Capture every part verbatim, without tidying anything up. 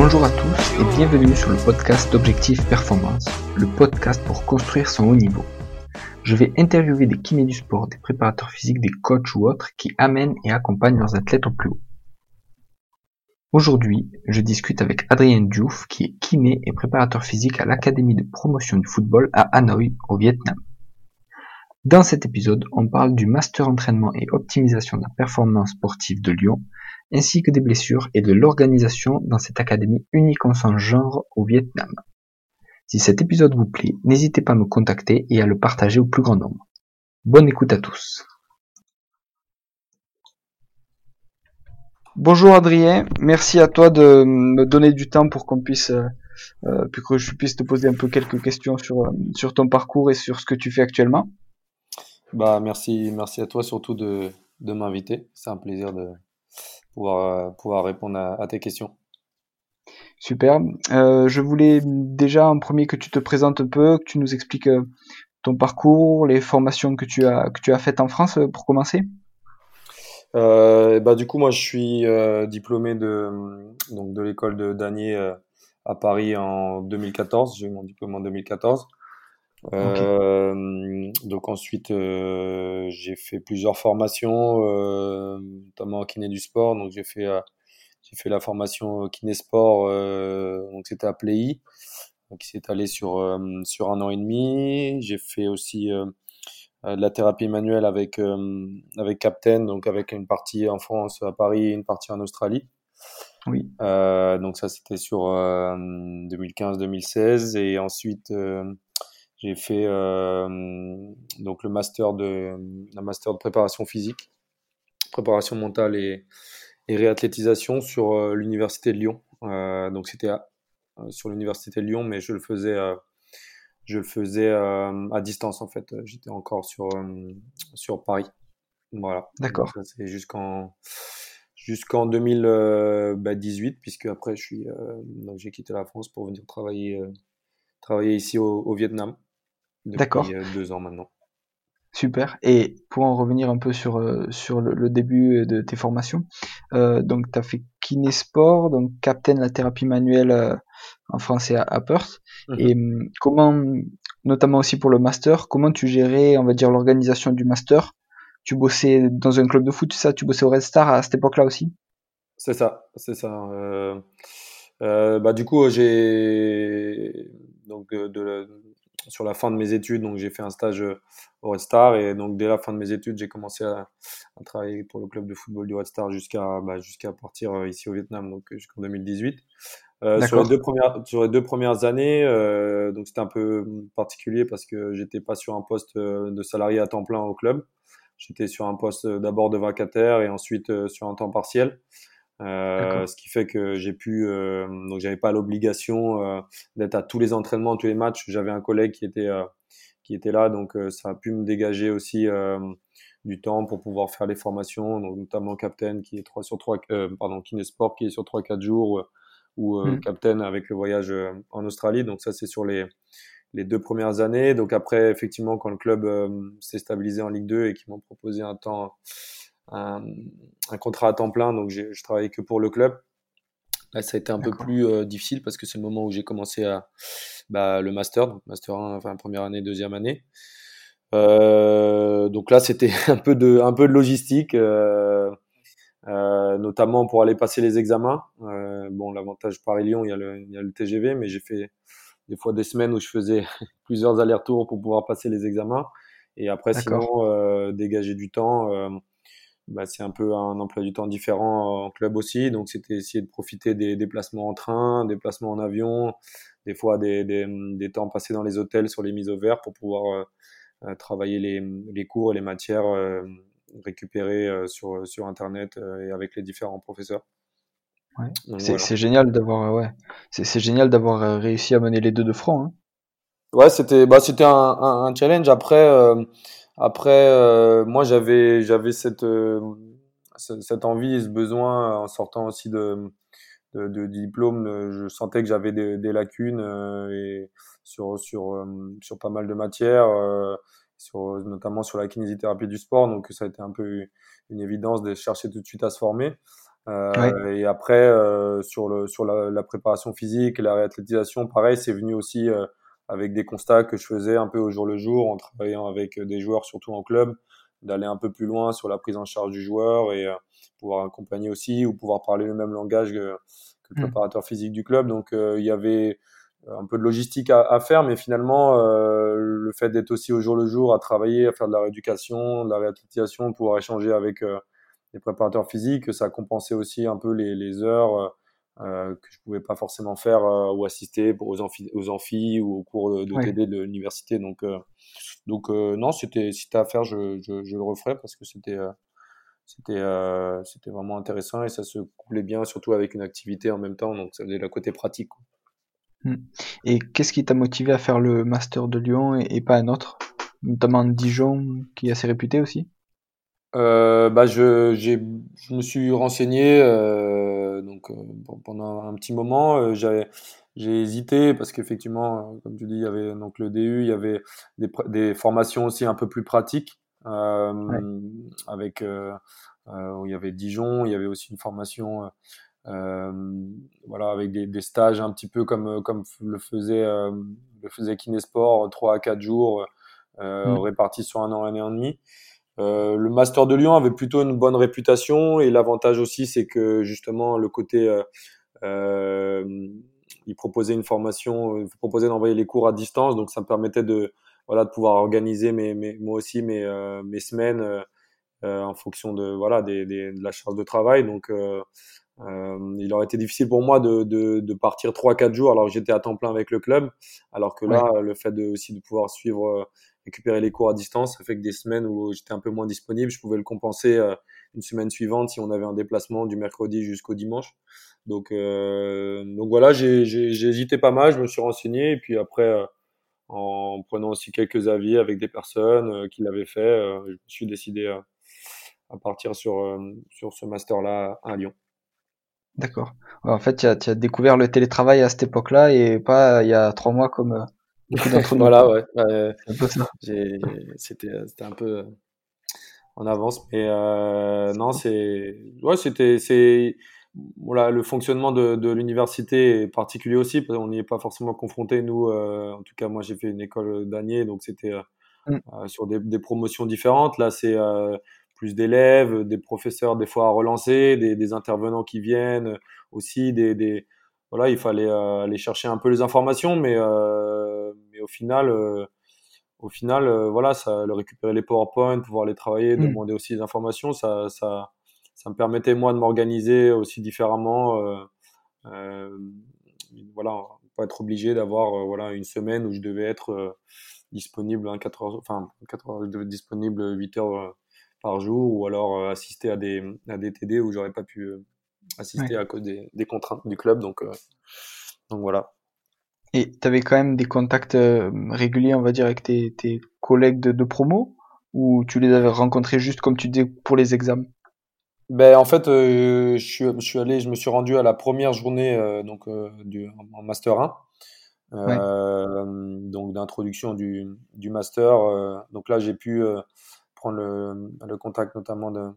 Bonjour à tous et bienvenue sur le podcast d'Objectif Performance, le podcast pour construire son haut niveau. Je vais interviewer des kinés du sport, des préparateurs physiques, des coachs ou autres qui amènent et accompagnent leurs athlètes au plus haut. Aujourd'hui, je discute avec Adrien Diouf qui est kiné et préparateur physique à l'Académie de promotion du football à Hanoï, au Vietnam. Dans cet épisode, on parle du master entraînement et optimisation de la performance sportive de Lyon, ainsi que des blessures et de l'organisation dans cette académie unique en son genre au Vietnam. Si cet épisode vous plaît, n'hésitez pas à me contacter et à le partager au plus grand nombre. Bonne écoute à tous. Bonjour Adrien, merci à toi de me donner du temps pour qu'on puisse, euh, pour que je puisse te poser un peu quelques questions sur, euh, sur ton parcours et sur ce que tu fais actuellement. Bah, merci, merci à toi surtout de, de m'inviter. C'est un plaisir de pouvoir, euh, pouvoir répondre à, à tes questions. Super. Euh, je voulais déjà en premier que tu te présentes un peu, que tu nous expliques euh, ton parcours, les formations que tu as que tu as faites en France euh, pour commencer. Euh, et bah, du coup, moi, je suis euh, diplômé de, donc, de l'école de Danier euh, à Paris en deux mille quatorze. J'ai eu mon diplôme en deux mille quatorze. Ok. Euh, donc ensuite, euh, j'ai fait plusieurs formations, euh, notamment en kiné du sport. Donc j'ai fait, euh, j'ai fait la formation kiné sport, euh, donc c'était à Play, qui s'est allé sur euh, sur un an et demi. J'ai fait aussi euh, euh, de la thérapie manuelle avec euh, avec Captain, donc avec une partie en France à Paris et une partie en Australie. Oui. Euh, donc ça c'était sur euh, deux mille quinze deux mille seize et ensuite euh, j'ai fait euh, donc le master de un master de préparation physique, préparation mentale et, et réathlétisation sur euh, l'université de Lyon. Euh, donc c'était à- euh, sur l'université de Lyon, mais je le faisais euh, je le faisais euh, à distance en fait. J'étais encore sur euh, sur Paris. Voilà. Donc D'accord. ça c'est jusqu'en jusqu'en deux mille dix-huit puisque après je suis euh, donc j'ai quitté la France pour venir travailler euh, travailler ici au, au Vietnam D'accord. depuis euh, deux ans maintenant. Super. Et pour en revenir un peu sur euh, sur le, le début de tes formations, euh, donc tu as fait kiné sport, donc Captain la thérapie manuelle euh, en français à, à Perth. Et Mhm. hum, comment, notamment aussi pour le master, comment tu gérais, on va dire, l'organisation du master? Tu bossais dans un club de foot, c'est ça? Tu bossais au Red Star à cette époque-là aussi? C'est ça, c'est ça. Euh, euh, bah, du coup, j'ai donc de, de- sur la fin de mes études, donc j'ai fait un stage euh, au Red Star et donc dès la fin de mes études, j'ai commencé à, à travailler pour le club de football du Red Star jusqu'à bah, jusqu'à partir euh, ici au Vietnam, donc euh, jusqu'en deux mille dix-huit. Euh, sur les D'accord. deux premières sur les deux premières années, euh, donc c'était un peu particulier parce que j'étais pas sur un poste euh, de salarié à temps plein au club. J'étais sur un poste euh, d'abord de vacataire et ensuite euh, sur un temps partiel. Euh, D'accord. ce qui fait que j'ai pu, euh, donc j'avais pas l'obligation euh, d'être à tous les entraînements, tous les matchs. J'avais un collègue qui était euh, qui était là, donc euh, ça a pu me dégager aussi euh, du temps pour pouvoir faire les formations, donc notamment Captain qui est trois sur trois, euh, pardon, Kinesport qui est sur trois quatre jours, ou euh, Hmm. Captain avec le voyage euh, en Australie. Donc ça c'est sur les les deux premières années. Donc après, effectivement, quand le club euh, s'est stabilisé en Ligue deux et qu'ils m'ont proposé un temps, un, un contrat à temps plein, donc j'ai, je travaillais que pour le club. Là, ça a été un peu D'accord. plus euh, difficile parce que c'est le moment où j'ai commencé à bah, le master, donc master un, enfin première année, deuxième année. Euh, donc là, c'était un peu de, un peu de logistique, euh, euh, notamment pour aller passer les examens. Euh, bon, l'avantage Paris-Lyon, il y a le, il y a le T G V, mais j'ai fait des fois des semaines où je faisais plusieurs allers-retours pour pouvoir passer les examens. Et après, D'accord. sinon, euh, dégager du temps, euh, bah, c'est un peu un emploi du temps différent en club aussi. Donc, c'était essayer de profiter des déplacements en train, des déplacements en avion, des fois des, des, des temps passés dans les hôtels sur les mises au vert pour pouvoir euh, euh, travailler les, les cours et les matières euh, récupérées euh, sur, sur Internet euh, et avec les différents professeurs. Ouais. Donc C'est voilà. c'est génial d'avoir euh, ouais. C'est c'est génial d'avoir euh, réussi à mener les deux de front, hein. Ouais, c'était bah c'était un, un, un challenge. Après, euh, après euh, moi j'avais j'avais cette euh, ce- cette envie et ce besoin en sortant aussi de de, de diplôme. euh, Je sentais que j'avais des, des lacunes euh, et sur sur euh, sur pas mal de matières, euh, sur notamment sur la kinésithérapie du sport. Donc ça a été un peu une évidence de chercher tout de suite à se former. Ouais. Euh, et après, euh, sur le sur la, la préparation physique et la réathlétisation, pareil, c'est venu aussi euh, avec des constats que je faisais un peu au jour le jour en travaillant avec des joueurs, surtout en club, d'aller un peu plus loin sur la prise en charge du joueur et euh, pouvoir accompagner aussi ou pouvoir parler le même langage que, que le Mm. préparateur physique du club. Donc euh, il y avait un peu de logistique à, à faire, mais finalement euh, le fait d'être aussi au jour le jour à travailler, à faire de la rééducation, de la réathlétisation, pouvoir échanger avec euh, les préparateurs physiques, ça compensait aussi un peu les, les heures euh, que je pouvais pas forcément faire euh, ou assister pour aux amphis, aux amphis ou aux cours de, de Ouais. T D de l'université. Donc, euh, donc euh, non, c'était si t'as à faire, je, je, je le referais parce que c'était euh, c'était euh, c'était vraiment intéressant et ça se couplait bien, surtout avec une activité en même temps. Donc ça faisait le côté pratique, quoi. Mm. Et qu'est-ce qui t'a motivé à faire le master de Lyon et, et pas un autre? Notamment Dijon, qui est assez réputé aussi. Euh, bah je, j'ai, je me suis renseigné euh, donc euh, bon, pendant un petit moment. Euh, j'avais, j'ai hésité parce qu'effectivement, euh, comme tu dis, il y avait donc le D U, il y avait des, pr- des formations aussi un peu plus pratiques Ouais. euh, avec euh, euh, où il y avait Dijon, il y avait aussi une formation euh, euh, voilà avec des, des stages un petit peu comme comme le faisait euh, le faisait Kinesport, trois à quatre jours euh, Mm. répartis sur un an, un an et demi. Euh, le Master de Lyon avait plutôt une bonne réputation et l'avantage aussi c'est que justement le côté euh, euh, il proposait une formation, il proposait d'envoyer les cours à distance, donc ça me permettait de voilà de pouvoir organiser mes, mes moi aussi mes euh, mes semaines euh, euh, en fonction de voilà des, des, de la charge de travail. Donc euh, euh, il aurait été difficile pour moi de, de, de partir trois quatre jours alors que j'étais à temps plein avec le club, alors que Ouais. là, le fait de, aussi de pouvoir suivre, euh, récupérer les cours à distance, ça fait que des semaines où j'étais un peu moins disponible, je pouvais le compenser euh, une semaine suivante si on avait un déplacement du mercredi jusqu'au dimanche. Donc, euh, donc voilà, j'ai, j'ai, j'ai hésité pas mal, je me suis renseigné et puis après, euh, en prenant aussi quelques avis avec des personnes euh, qui l'avaient fait, euh, je me suis décidé à, à partir sur, euh, sur ce master-là à Lyon. D'accord. Ouais, en fait, tu as, tu as découvert le télétravail à cette époque-là et pas il y a trois mois comme euh, beaucoup d'entre nous, Voilà, quoi. ouais. Ouais, C'est un peu ça. j'ai, c'était, c'était un peu euh, en avance, mais euh, non, c'est, ouais, c'était, c'est, voilà, le fonctionnement de, de l'université est particulier aussi, parce qu'on n'y est pas forcément confronté, nous, euh, en tout cas, moi, j'ai fait une école d'année, donc c'était euh, Mm. euh, sur des, des promotions différentes. Là, c'est euh, plus d'élèves, des professeurs des fois à relancer, des, des intervenants qui viennent aussi, des, des voilà, il fallait euh, aller chercher un peu les informations, mais euh, mais au final, euh, au final, euh, voilà, ça, le récupérer les PowerPoint, pouvoir les travailler, Mm. demander aussi des informations, ça, ça, ça me permettait moi de m'organiser aussi différemment. Euh, euh, voilà, pas être obligé d'avoir euh, voilà une semaine où je devais être euh, disponible hein, quatre heures, enfin quatre heures, je devais être disponible huit heures euh, par jour ou alors euh, assister à des à des T D où j'aurais pas pu euh, Ouais. assister à cause des, des contraintes du club. Donc euh, donc voilà. Et tu avais quand même des contacts euh, réguliers, on va dire, avec tes, tes collègues de, de promo ou tu les avais rencontrés juste comme tu disais pour les examens? Ben en fait, euh, je suis je suis allé, je me suis rendu à la première journée euh, donc euh, du en master un. Ouais. Euh, donc d'introduction du, du master. Euh, donc là, j'ai pu euh, prendre le, le contact notamment de,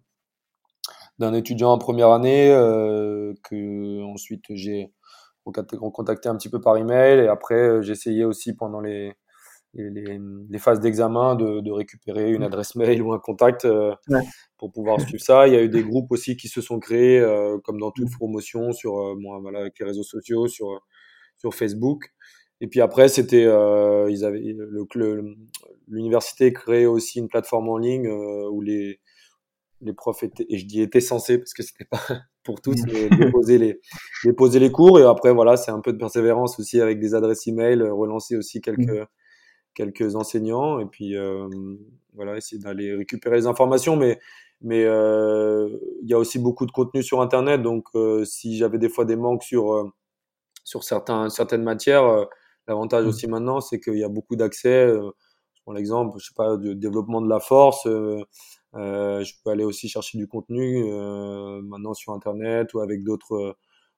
d'un étudiant en première année euh, que ensuite j'ai recontacté recontacté un petit peu par email et après euh, j'ai essayé aussi pendant les, les, les, les phases d'examen de, de récupérer une Mm. adresse mail ou un contact euh, Ouais. pour pouvoir suivre ça. Il y a eu des groupes aussi qui se sont créés euh, comme dans toute Mm. promotion sur euh, bon, voilà, avec les réseaux sociaux, sur sur Facebook. Et puis après, c'était, euh, ils avaient le, le- l'université créait aussi une plateforme en ligne euh, où les les profs étaient, et je dis étaient censés parce que c'était pas pour tous, mais Mm. déposer les déposer les cours. Et après, voilà, c'est un peu de persévérance aussi avec des adresses email, euh, relancer aussi Mm. quelques quelques enseignants et puis euh, voilà, essayer d'aller récupérer les informations. Mais mais euh, il y a aussi beaucoup de contenu sur Internet, donc euh, si j'avais des fois des manques sur euh, sur certains, certaines matières. Euh, L'avantage Mm. aussi maintenant, c'est qu'il y a beaucoup d'accès. Euh, je prends l'exemple, je sais pas, du développement de la force. Euh, euh, je peux aller aussi chercher du contenu euh, maintenant sur Internet ou avec d'autres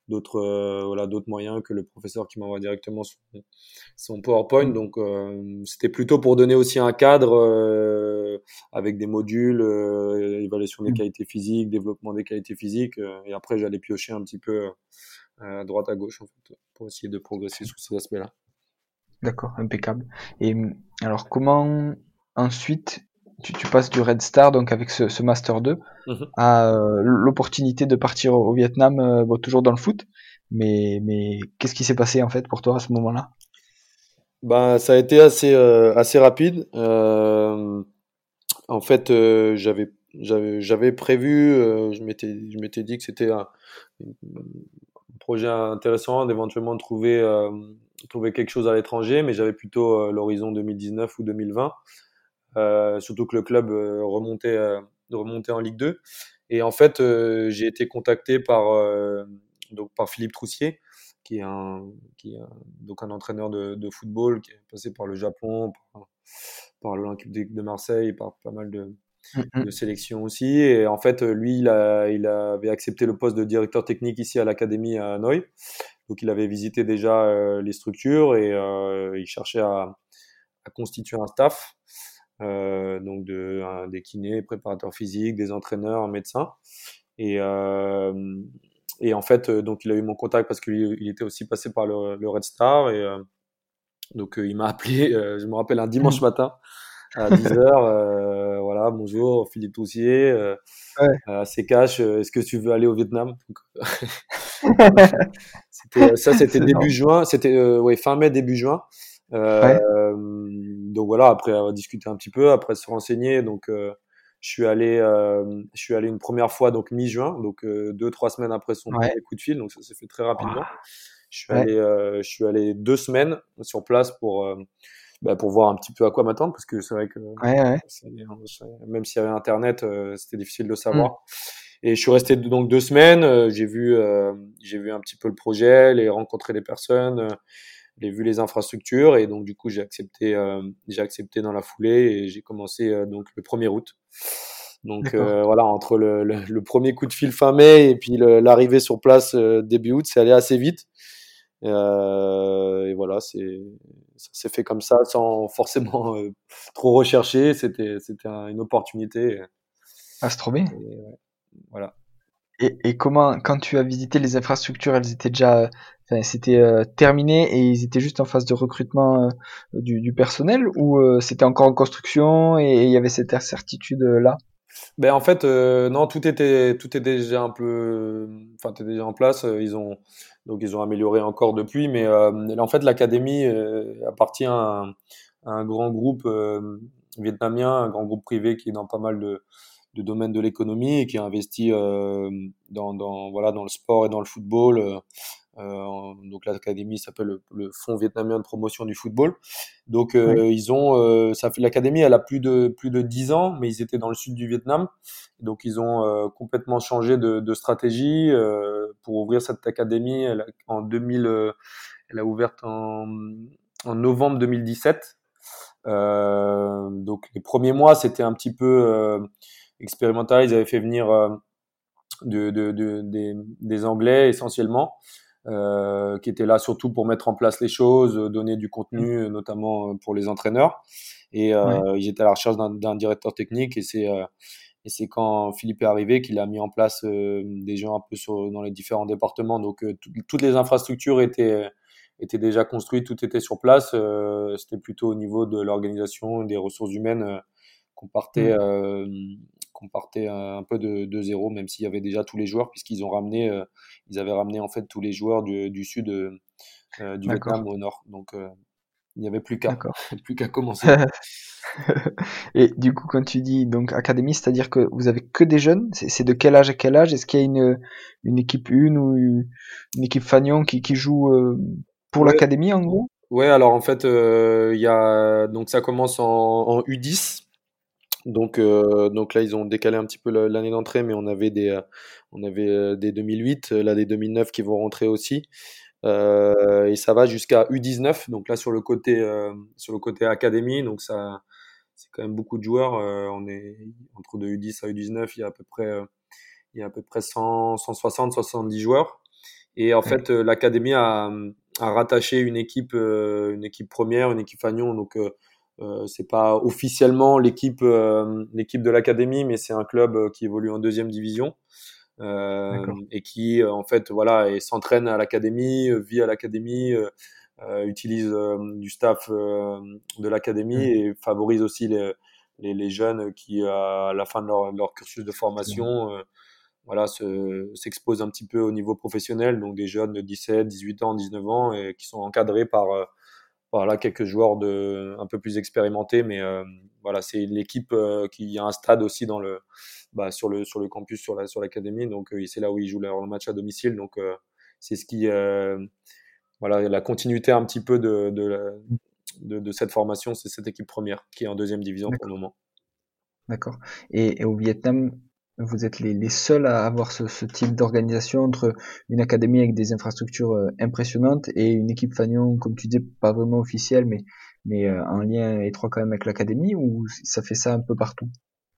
d'autres euh, voilà d'autres moyens que le professeur qui m'envoie directement son, son PowerPoint. Mm. Donc euh, c'était plutôt pour donner aussi un cadre euh, avec des modules, euh, évaluation des Mm. qualités physiques, développement des qualités physiques, euh, et après j'allais piocher un petit peu euh, à droite à gauche en fait pour essayer de progresser sur ces aspects-là. D'accord, impeccable. Et hum, alors, comment ensuite tu, tu passes du Red Star, donc avec ce, ce Master deux, Mhm. à euh, l'opportunité de partir au, au Vietnam, euh, bon, toujours dans le foot, mais, mais qu'est-ce qui s'est passé en fait pour toi à ce moment-là? Bah, ça a été assez, euh, assez rapide. Euh, en fait, euh, j'avais, j'avais, j'avais prévu, euh, je m'étais, je m'étais dit que c'était un, un projet intéressant d'éventuellement trouver, euh, trouver quelque chose à l'étranger, mais j'avais plutôt euh, l'horizon deux mille dix-neuf ou deux mille vingt, euh, surtout que le club euh, remontait, euh, remontait en Ligue deux. Et en fait, euh, j'ai été contacté par, euh, donc par Philippe Troussier, qui est un, qui est un- donc un entraîneur de, de football qui est passé par le Japon, par, par l'Olympique de de Marseille, par pas mal de, Mm, de mm. sélections aussi. Et en fait, lui, il, a, il avait accepté le poste de directeur technique ici à l'académie à Hanoï. Donc, il avait visité déjà euh, les structures et euh, il cherchait à, à constituer un staff. Euh, donc de, un- des kinés, préparateurs physiques, des entraîneurs, un médecin. Et, euh, et en fait, euh, donc il a eu mon contact parce qu'il il était aussi passé par le, le Red Star. Et euh, donc euh, il m'a appelé, euh, je me rappelle, un dimanche Mm. matin à dix heures. Euh, voilà, bonjour, Philippe Toussier. Euh, Ouais. euh, c'est cash, euh, est-ce que tu veux aller au Vietnam? Donc, c'était, ça, c'était C'est début énorme. juin, c'était euh, ouais, fin mai, début juin. Euh, Ouais, donc voilà, après avoir discuté un petit peu, après se renseigner, donc euh, je suis allé, euh, je suis allé une première fois donc mi-juin, donc euh, deux trois semaines après son ouais. premier coup de fil, donc ça s'est fait très rapidement. Ouah. Je suis Ouais, allé, euh, je suis allé deux semaines sur place pour euh, bah, pour voir un petit peu à quoi m'attendre, parce que c'est vrai que ouais, ouais. c'est- même s'il y avait Internet, euh, c'était difficile de Mm. savoir. Et je suis resté donc deux semaines. euh, J'ai vu, euh, j'ai vu un petit peu le projet, les rencontrer les personnes, euh, j'ai vu les infrastructures, et donc du coup j'ai accepté, euh, j'ai accepté dans la foulée et j'ai commencé euh, donc le premier août. Donc D'accord. euh, voilà, entre le, le, le premier coup de fil fin mai et puis le- l'arrivée sur place euh, début août, c'est allé assez vite. Euh, et voilà, c'est ça s'est fait comme ça, sans forcément euh, trop rechercher. C'était c'était un- une opportunité. Ah, c'est trop bien. Et ouais, voilà. Et, et comment, quand tu as visité les infrastructures, elles étaient déjà, euh, enfin, c'était euh, terminé et ils étaient juste en phase de recrutement euh, du, du personnel ou euh, c'était encore en construction et il y avait cette incertitude euh, là? Ben en fait, euh, non, tout était tout est déjà un peu, enfin, tout est déjà en place. Euh, Ils ont donc ils ont amélioré encore depuis, mais euh, en fait l'académie euh, appartient à un, à un grand groupe euh, vietnamien, un grand groupe privé qui est dans pas mal de, de domaines de l'économie et qui a investi euh, dans, dans voilà dans le sport et dans le football. Euh, euh, donc l'académie s'appelle le, le Fonds vietnamien de promotion du football. Donc Oui, euh, ils ont, euh, ça fait l'académie, elle a plus de plus de dix ans, mais ils étaient dans le sud du Vietnam. Donc ils ont euh, complètement changé de, de stratégie euh, pour ouvrir cette académie. Elle a- en deux mille, euh, elle a ouvert en, en novembre deux mille dix-sept. Euh, donc les premiers mois, c'était un petit peu euh, expérimental. Ils avaient fait venir euh, de, de, de- des, des Anglais essentiellement, euh, qui étaient là surtout pour mettre en place les choses, euh, donner du mmh, contenu, euh, notamment euh, pour les entraîneurs. Et ouais, euh, ils étaient à la recherche d'un d'un directeur technique. Et c'est euh, et c'est quand Philippe est arrivé qu'il a mis en place euh, des gens un peu sur, dans les différents départements. Donc euh, tout- toutes les infrastructures étaient étaient déjà construites, tout était sur place. Euh, C'était plutôt au niveau de l'organisation et des ressources humaines euh, qu'on partait, mmh, euh, qu'on partait un peu de, de zéro, même s'il y avait déjà tous les joueurs, puisqu'ils ont ramené, euh, ils avaient ramené en fait tous les joueurs du, du sud euh, euh, du d'accord, Vietnam au nord. Donc euh, il n'y avait plus qu'à, d'accord. plus qu'à commencer. Et du coup, quand tu dis donc académie, c'est-à-dire que vous avez que des jeunes? C'est c'est de quel âge à quel âge? Est-ce qu'il y a une, une équipe une ou une équipe fanion qui, qui joue euh, pour Ouais, l'académie en gros? ouais. Alors en fait, euh, il y a donc ça commence en, en U dix. Donc, euh, donc là, ils ont décalé un petit peu la- l'année d'entrée, mais on avait des, euh, on avait euh, des deux mille huit, euh, là des deux mille neuf qui vont rentrer aussi. Euh, et ça va jusqu'à U dix-neuf. Donc là, sur le côté, euh, sur le côté académie, donc ça, c'est quand même beaucoup de joueurs. Euh, on est entre de U dix à U dix-neuf, il y a à peu près, euh, il y a à peu près cent, cent soixante, soixante-dix joueurs. Et en Ouais, fait, euh, l'académie a, a rattaché une équipe, euh, une équipe première, une équipe fanion. Donc, euh, euh, c'est pas officiellement l'équipe, euh, l'équipe de l'académie, mais c'est un club euh, qui évolue en deuxième division euh, d'accord. et qui, euh, en fait, voilà, et s'entraîne à l'académie, euh, vit à l'académie, euh, euh, utilise euh, du staff euh, de l'académie Mmh. et favorise aussi les, les, les jeunes qui, à la fin de leur, leur cursus de Effectivement. formation, euh, voilà, se, s'exposent un petit peu au niveau professionnel, donc des jeunes de dix-sept, dix-huit ans, dix-neuf ans, et qui sont encadrés par, euh, par là, quelques joueurs de, un peu plus expérimentés, mais euh, voilà, c'est l'équipe euh, qui a un stade aussi dans le, bah, sur le, sur le campus, sur la, sur l'académie, donc euh, c'est là où ils jouent leur match à domicile, donc euh, c'est ce qui, euh, voilà, la continuité un petit peu de, de, la- Mmh. de, de cette formation, c'est cette équipe première qui est en deuxième division pour le D'accord, moment. d'accord. Et, et au Vietnam, vous êtes les, les seuls à avoir ce, ce type d'organisation entre une académie avec des infrastructures euh, impressionnantes et une équipe fanion, comme tu dis, pas vraiment officielle, mais, mais euh, en lien étroit quand même avec l'académie, ou ça fait ça un peu partout?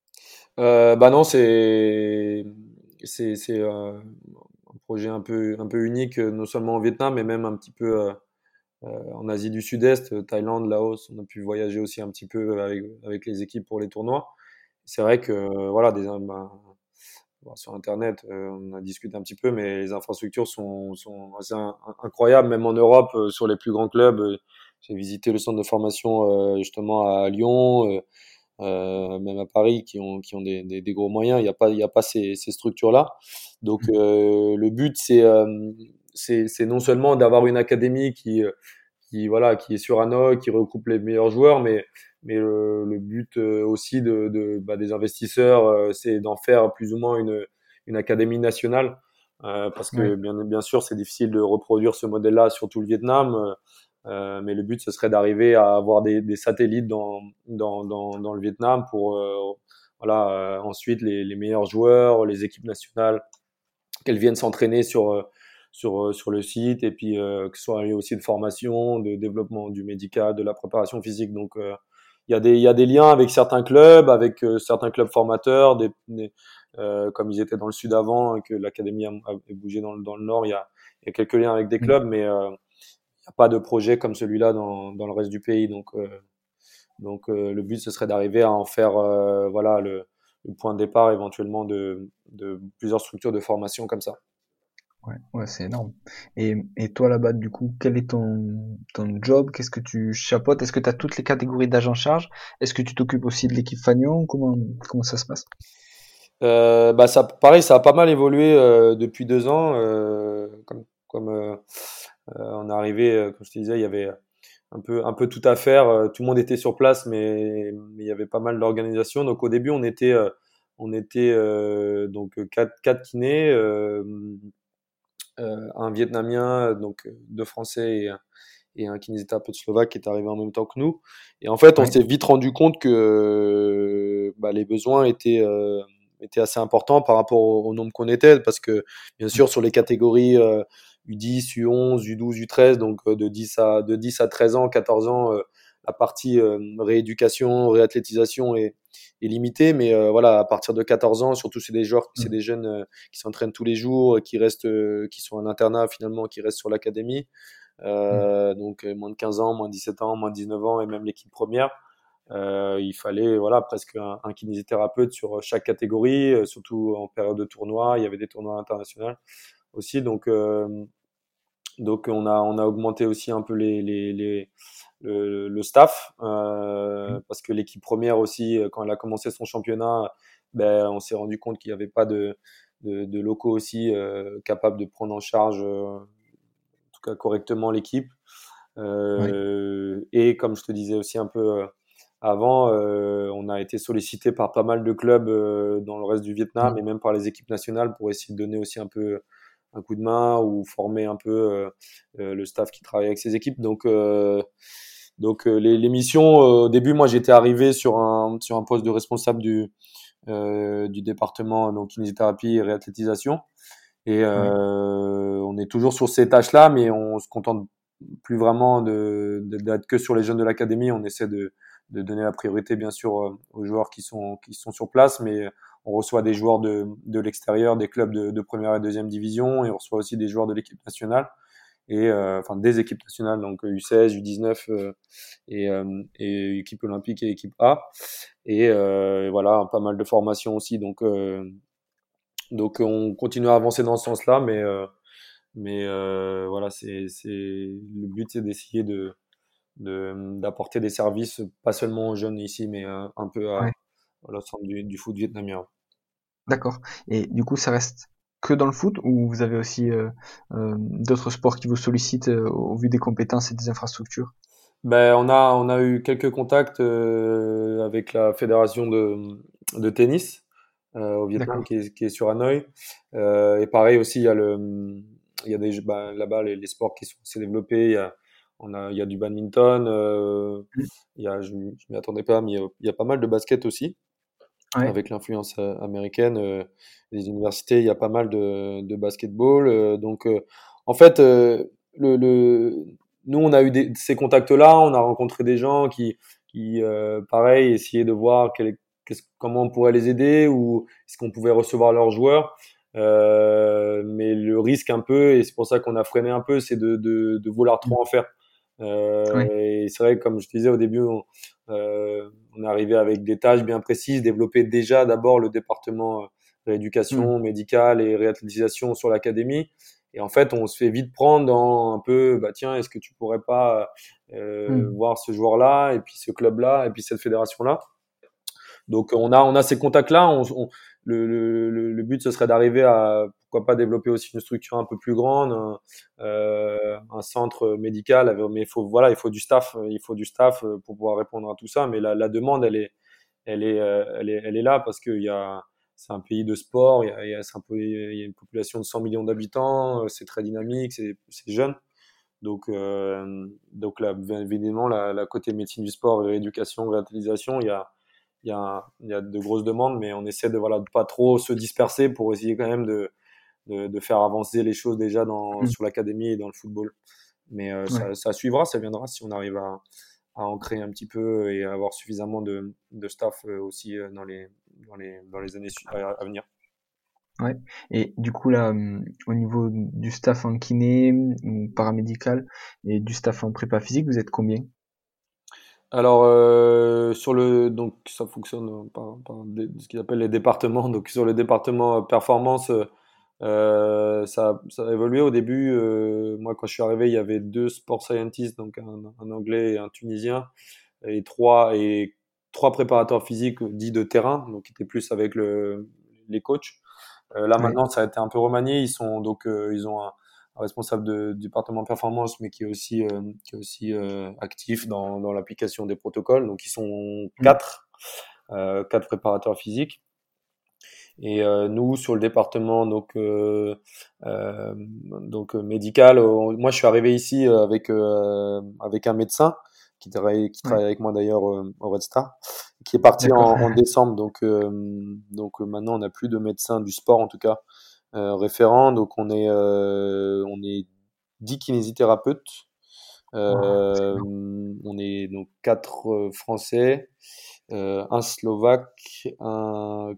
Euh, bah non, c'est c'est c'est euh, un projet un peu un peu unique, euh, non seulement au Vietnam, mais même un petit peu euh, euh, en Asie du Sud-Est, euh, Thaïlande, Laos. On a pu voyager aussi un petit peu avec avec les équipes pour les tournois. C'est vrai que euh, voilà, des ben, bon, sur Internet, euh, on a discuté un petit peu, mais les infrastructures sont sont assez in- incroyables, même en Europe, euh, sur les plus grands clubs. Euh, J'ai visité le centre de formation euh, justement à Lyon. Euh, euh, même à Paris, qui ont, qui ont des, des, des gros moyens. Il n'y a pas, il y a pas ces, ces structures-là. Donc, euh, le but, c'est, euh, c'est, c'est non seulement d'avoir une académie qui, euh, qui, voilà, qui est sur Hanoï, qui regroupe les meilleurs joueurs, mais, mais le, le but euh, aussi de, de, bah, des investisseurs, euh, c'est d'en faire plus ou moins une, une académie nationale. Euh, parce Ouais, que bien, bien sûr, c'est difficile de reproduire ce modèle-là sur tout le Vietnam. Euh, euh, mais le but, ce serait d'arriver à avoir des, des satellites dans, dans, dans, dans le Vietnam pour euh, voilà, euh, ensuite les, les meilleurs joueurs, les équipes nationales, qu'elles viennent s'entraîner sur, euh, sur, euh, sur le site et puis euh, que ce soit aussi de formation, de développement du médical, de la préparation physique. Donc, euh, il y a des, il y a des liens avec certains clubs, avec euh, certains clubs formateurs, des, des, euh, comme ils étaient dans le sud avant, et que l'académie a, a bougé dans le, dans le nord, il y a, il y a quelques liens avec des mmh, clubs, mais euh, a pas de projet comme celui-là dans, dans le reste du pays. Donc, euh, donc euh, le but, ce serait d'arriver à en faire euh, voilà, le, le point de départ éventuellement de, de plusieurs structures de formation comme ça. ouais, ouais, c'est énorme. Et, et toi là-bas, du coup, quel est ton, ton job? Qu'est-ce que tu chapeautes? Est-ce que tu as toutes les catégories d'âge en charge? Est-ce que tu t'occupes aussi de l'équipe fanion? Comment, comment ça se passe? Euh, bah ça, pareil, ça a pas mal évolué euh, depuis deux ans. Euh, comme comme euh, euh, on est arrivé, euh, comme je te disais, il y avait un peu, un peu tout à faire. Euh, Tout le monde était sur place, mais, mais il y avait pas mal d'organisation. Donc au début, on était, euh, on était euh, donc quatre, quatre kinés, euh, euh, un Vietnamien, donc euh, deux Français et, un- et un kinésithérapeute slovaque qui est arrivé en même temps que nous. Et en fait, on Ouais, s'est vite rendu compte que euh, bah, les besoins étaient, euh, étaient assez importants par rapport au, au nombre qu'on était, parce que bien sûr, sur les catégories euh, U dix, U onze, U douze, U treize, donc euh, de dix à, de dix à treize ans, quatorze ans, euh, la partie euh, rééducation, réathlétisation est, est limitée, mais euh, voilà, à partir de quatorze ans, surtout c'est des joueurs, c'est mmh, des jeunes euh, qui s'entraînent tous les jours, qui restent, euh, qui sont en internat finalement, qui restent sur l'académie. mmh, Euh, donc euh, moins de quinze ans, moins de dix-sept ans, moins de dix-neuf ans et même l'équipe première. Euh, il fallait voilà presque un, un kinésithérapeute sur chaque catégorie, euh, surtout en période de tournoi. Il y avait des tournois internationaux aussi, donc euh, donc on a on a augmenté aussi un peu les, les, les le, le staff mmh, euh, parce que l'équipe première aussi quand elle a commencé son championnat, ben on s'est rendu compte qu'il n'y avait pas de de, de locaux aussi euh, capables de prendre en charge euh, en tout cas correctement l'équipe. ouais, Euh, et comme je te disais aussi un peu euh, avant, euh, on a été sollicité par pas mal de clubs euh, dans le reste du Vietnam mmh, et même par les équipes nationales pour essayer de donner aussi un peu un coup de main ou former un peu euh, euh, le staff qui travaille avec ces équipes. Donc, euh, donc euh, les, les missions, euh, au début, moi j'étais arrivé sur un, sur un poste de responsable du, euh, du département donc kinésithérapie et réathlétisation. Et ouais, euh, on est toujours sur ces tâches-là, mais on se contente plus vraiment de, de- d'être que sur les jeunes de l'académie. On essaie de, de donner la priorité bien sûr euh, aux joueurs qui sont qui sont sur place, mais on reçoit des joueurs de de l'extérieur, des clubs de, de première et deuxième division, et on reçoit aussi des joueurs de l'équipe nationale et euh, enfin des équipes nationales, donc U seize, U dix-neuf euh, et euh, et équipe olympique et équipe A, et euh, voilà, pas mal de formations aussi, donc euh, donc on continue à avancer dans ce sens-là, mais euh, mais euh, voilà, c'est c'est le but, c'est d'essayer de de d'apporter des services pas seulement aux jeunes ici, mais euh, un peu à, Ouais, à l'ensemble du, du foot vietnamien. d'accord. Et du coup, ça reste que dans le foot ou vous avez aussi euh, euh, d'autres sports qui vous sollicitent euh, au vu des compétences et des infrastructures? Ben, on a on a eu quelques contacts euh, avec la fédération de de tennis euh, au Vietnam D'accord. qui est, qui est sur Hanoï. Euh, et pareil aussi, il y a le il y a des ben, là-bas les, les sports qui sont assez développés. Il y a on a il y a du badminton. Euh, Mm. il y a je, je m'y attendais pas, mais il y a, il y a pas mal de basket aussi Ouais. avec l'influence euh, américaine. Euh, les universités, il y a pas mal de, de basketball. Euh, donc, euh, en fait, euh, le, le, nous, on a eu des, ces contacts-là, on a rencontré des gens qui, qui euh, pareil, essayaient de voir quel, qu'est-ce- comment on pourrait les aider ou est-ce qu'on pouvait recevoir leurs joueurs. Euh, mais le risque un peu, et c'est pour ça qu'on a freiné un peu, c'est de, de, de vouloir Mm. trop en faire. Euh, Ouais. et c'est vrai que, comme je te disais au début, on, euh, on est arrivé avec des tâches bien précises, développer déjà d'abord le département euh, Mm. rééducation médicale et réathlétisation sur l'académie. Et en fait, on se fait vite prendre dans un peu, bah tiens, est-ce que tu pourrais pas euh, Mm. voir ce joueur-là, et puis ce club-là, et puis cette fédération-là. Donc on a on a ces contacts-là. On, on- le, le, le le but ce serait d'arriver à pourquoi pas développer aussi une structure un peu plus grande, un, euh, un centre médical. Mais il faut voilà, il faut du staff, il faut du staff euh, pour pouvoir répondre à tout ça. Mais la, la demande elle est elle est euh, elle est elle est là parce qu'il y a c'est un pays de sport. Il y a, il y a, c'est un peu, il y a une population de cent millions d'habitants. euh, C'est très dynamique, c'est c'est jeune. Donc, euh, donc là, bien évidemment, la, la côté médecine du sport, rééducation, réintellisation, il y a, il y a, il y a de grosses demandes, mais on essaie de voilà de pas trop se disperser pour essayer quand même de, de, de faire avancer les choses déjà dans, Mm. sur l'académie et dans le football. Mais euh, Ouais. ça, ça suivra, ça viendra si on arrive à, à en créer un petit peu et à avoir suffisamment de, de staff euh, aussi euh, dans les, dans les, dans les années su- à, à venir. Ouais. Et du coup là, hum, au niveau du staff en kiné ou paramédical et du staff en prépa physique, vous êtes combien? Alors euh, sur le donc ça fonctionne euh, par, par des- ce qu'ils appellent les départements. Donc sur le département euh, performance, euh, euh, ça, ça a évolué au début. Euh, moi quand je suis arrivé, il y avait deux sport scientists, donc un, un anglais et un tunisien, et trois et trois préparateurs physiques dits de terrain, donc qui étaient plus avec le, les coachs. Euh, là Ouais. maintenant, ça a été un peu remanié. Ils sont donc euh, ils ont un, un responsable de, du département performance, mais qui est aussi euh, qui est aussi euh, actif dans, dans l'application des protocoles. Donc ils sont Mm. quatre euh, quatre préparateurs physiques. Et euh, nous sur le département donc euh, euh, donc euh, médical, euh, moi je suis arrivé ici euh, avec euh, avec un médecin qui travaille qui Ouais. travaille avec moi d'ailleurs euh, au Red Star, qui est parti en, D'accord. en décembre. Donc euh, donc euh, maintenant on n'a plus de médecin du sport en tout cas euh, référent. Donc on est euh, on est dix kinésithérapeutes. Wow, c'est Euh, énorme. on est donc quatre euh, Français, euh, un Slovaque, un,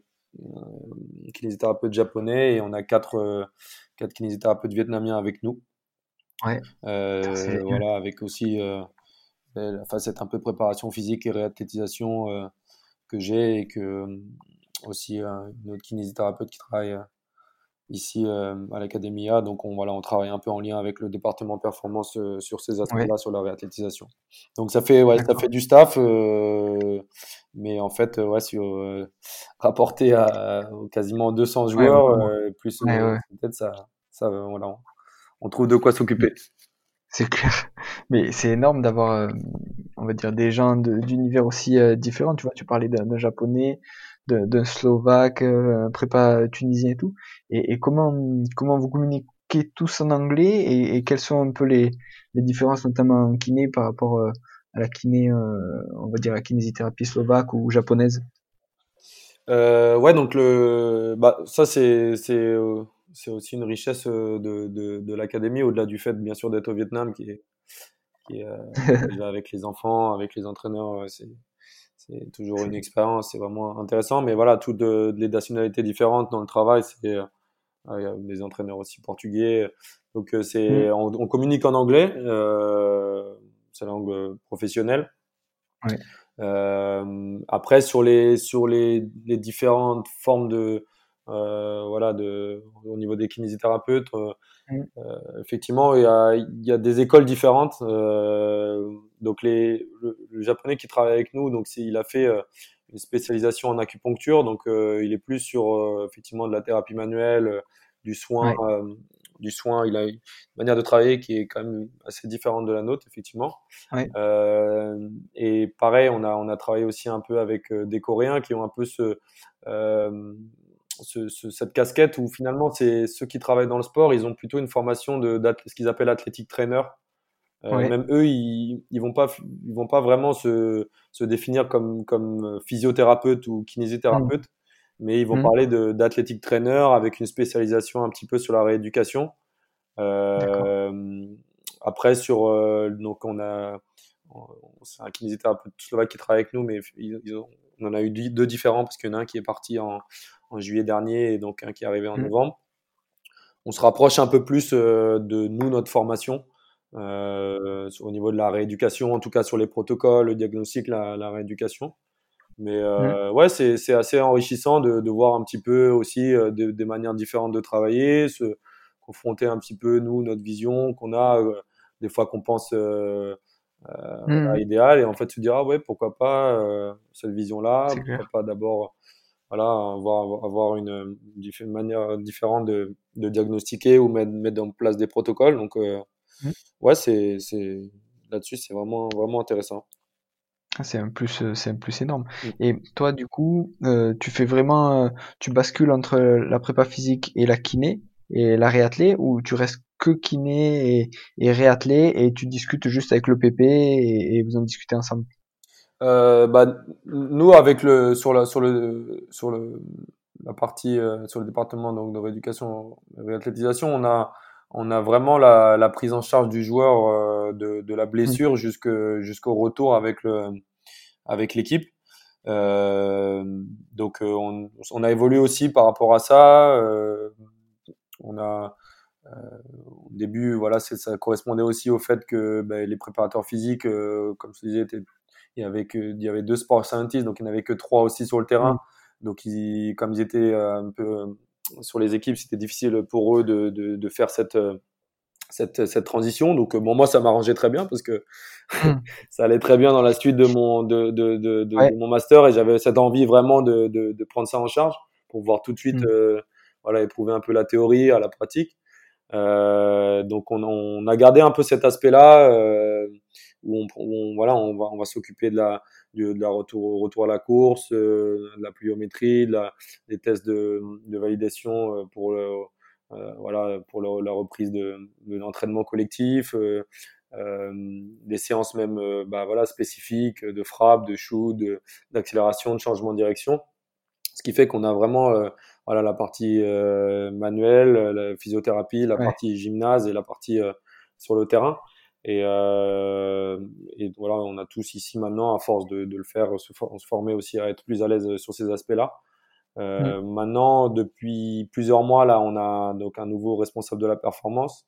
un kinésithérapeute japonais, et on a quatre euh, quatre kinésithérapeutes vietnamiens avec nous. Ouais. Putain, c'est Euh, génial. voilà, avec aussi euh, la facette un peu préparation physique et réathlétisation euh, que j'ai, et que euh, aussi euh, une autre kinésithérapeute qui travaille euh, ici euh, à l'Académie A. Donc on, voilà, on travaille un peu en lien avec le département performance euh, sur ces Ouais. aspects-là, sur la réathlétisation. Donc ça fait, ouais, ça D'accord. fait du staff, euh, mais en fait, euh, ouais, sur, euh, rapporté à, à quasiment deux cents Ouais, joueurs, beaucoup. euh, plus Ouais, euh, ouais. peut-être ça, ça, euh, voilà, on, on trouve de quoi Mm. s'occuper. C'est clair. Mais c'est énorme d'avoir, euh, on va dire, des gens de- d'univers aussi euh, différents. Tu vois, tu parlais d'un d'un japonais, d'un d'un slovaque, euh, un prépa tunisien et tout. Et, et comment, comment vous communiquez tous en anglais et, et quelles sont un peu les, les différences, notamment en kiné par rapport euh, à la kiné, euh, on va dire, la kinésithérapie slovaque ou japonaise? Euh, ouais, donc le, bah, ça c'est c'est euh, c'est aussi une richesse euh, de de, de l'académie, au-delà du fait bien sûr d'être au Vietnam, qui est qui est euh, déjà avec les enfants, avec les entraîneurs, euh, c'est c'est toujours une C'est expérience, c'est vraiment intéressant. Mais voilà, toutes de, les nationalités différentes dans le travail, c'est euh, il y a des entraîneurs aussi portugais. Donc euh, c'est mmh, on, on communique en anglais, euh, c'est la langue professionnelle. ouais, Euh, après sur les sur les, les différentes formes de euh, voilà de au niveau des kinésithérapeutes, euh, mmh, effectivement il y a il y a des écoles différentes. Euh, donc les le, le japonais qui travaille avec nous, donc c'est, il a fait euh, une spécialisation en acupuncture, donc euh, il est plus sur euh, effectivement de la thérapie manuelle, euh, du soin, ouais, euh, du soin. Il a une manière de travailler qui est quand même assez différente de la nôtre, effectivement. ouais, Euh, et pareil, on a, on a travaillé aussi un peu avec euh, des Coréens qui ont un peu ce, euh, ce, ce- cette casquette où finalement, c'est ceux qui travaillent dans le sport, ils ont plutôt une formation de, d'ath- ce qu'ils appellent athlétique trainer. Euh, ouais, même eux, ils, ils vont pas, ils vont pas vraiment se, se définir comme, comme physiothérapeute ou mmh, kinésithérapeute, mais ils vont mmh, parler de, d'athlétique trainer avec une spécialisation un petit peu sur la rééducation. d'accord, Euh, après, sur, euh, donc on a, c'est un kinésithérapeute slovaque qui travaille avec nous, mais ils- ils ont- on en a eu deux différents parce qu'il y en a un qui est parti en, en juillet dernier et donc un qui est arrivé en mmh, novembre. On se rapproche un peu plus euh, de nous, notre formation, euh, au niveau de la rééducation, en tout cas sur les protocoles, le diagnostic, la, la rééducation. Mais mmh, euh, ouais, c'est c'est assez enrichissant de, de voir un petit peu aussi euh, des, des manières différentes de travailler, se confronter un petit peu nous notre vision qu'on a euh, des fois qu'on pense euh, euh, voilà, mmh, idéale et en fait se dire ah ouais pourquoi pas euh, cette vision-là, c'est pourquoi clair. pas d'abord voilà avoir avoir une, une manière différente de, de diagnostiquer ou mettre, mettre en place des protocoles. Donc euh, Mmh. ouais c'est c'est là-dessus c'est vraiment vraiment intéressant. Ah, c'est un plus, heu, c'est un plus énorme. Mm. Et toi, du coup, heu, tu fais vraiment, heu, tu bascules entre la prépa physique et la kiné et la réathlée ou tu restes que kiné et et réathlée et tu discutes juste avec le P P et et vous en discutez ensemble? Euh, bah, nous, avec le, sur la, sur le, sur le, la partie, euh, sur le département donc, de rééducation et réathlétisation, on a, on a vraiment la, la prise en charge du joueur euh, de, de la Mmh, blessure jusque, jusqu'au retour avec le, avec l'équipe. Euh, donc, euh, on, on a évolué aussi par rapport à ça. Euh, on a, euh, au début, voilà, c'est, ça correspondait aussi au fait que ben, les préparateurs physiques, euh, comme je disais, étaient il y avait que, il y avait deux sport scientists, donc il n'y en avait que trois aussi sur le terrain. mmh, Donc ils, comme ils étaient euh, un peu euh, sur les équipes, c'était difficile pour eux de, de, de faire cette, euh, cette, cette transition. Donc euh, bon, moi ça m'arrangeait très bien parce que mmh, ça allait très bien dans la suite de mon, de, de, de, de, ouais, de mon master et j'avais cette envie vraiment de, de, de prendre ça en charge pour voir tout de suite, mmh, euh, voilà, éprouver un peu la théorie à la pratique. Euh, donc on, on, a gardé un peu cet aspect-là euh, où, on, où on, voilà, on va, on va s'occuper de la, de, de la retour, retour à la course, euh, de la pluviométrie, de la, des tests de, de validation euh, pour le, euh, voilà, pour le, la reprise de, de l'entraînement collectif, euh, euh, des séances même euh, bah, voilà, spécifiques de frappe, de shoot, de, d'accélération, de changement de direction. Ce qui fait qu'on a vraiment euh, voilà, la partie euh, manuelle, la physiothérapie, la ouais, partie gymnase et la partie euh, sur le terrain. Et, euh, et voilà, on a tous ici maintenant, à force de, de le faire, se, for- on se formait aussi à être plus à l'aise sur ces aspects-là. mmh, Euh, maintenant, depuis plusieurs mois, là, on a donc un nouveau responsable de la performance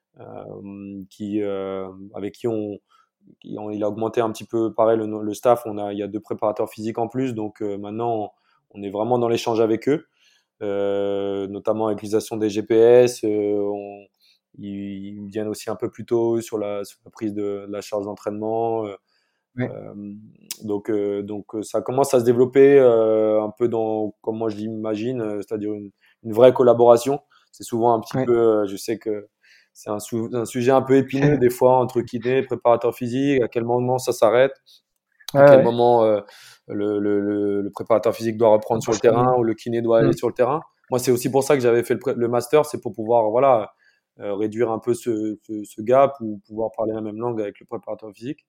euh, qui, euh, avec qui on, qui on- il a augmenté un petit peu, pareil, le, le staff. On a, il y a deux préparateurs physiques en plus, donc euh, maintenant, on est vraiment dans l'échange avec eux, euh, notamment avec l'utilisation des G P S. Euh, on, ils, ils viennent aussi un peu plus tôt sur la, sur la prise de, de la charge d'entraînement. Euh, ouais, euh, donc, euh, donc, euh, ça commence à se développer euh, un peu dans, comme moi je l'imagine, euh, c'est-à-dire une, une vraie collaboration. C'est souvent un petit ouais. peu, euh, je sais que c'est un, sou- un sujet un peu épineux des fois entre kiné, préparateur physique, à quel moment ça s'arrête, Ouais, à quel ouais, moment euh, le, le, le, le préparateur physique doit on reprendre sur peut le se terrain relier. ou le kiné doit aller Mmh, sur le terrain. Moi, c'est aussi pour ça que j'avais fait le, pré- le master, c'est pour pouvoir voilà euh, réduire un peu ce, ce, ce gap ou pouvoir parler la même langue avec le préparateur physique.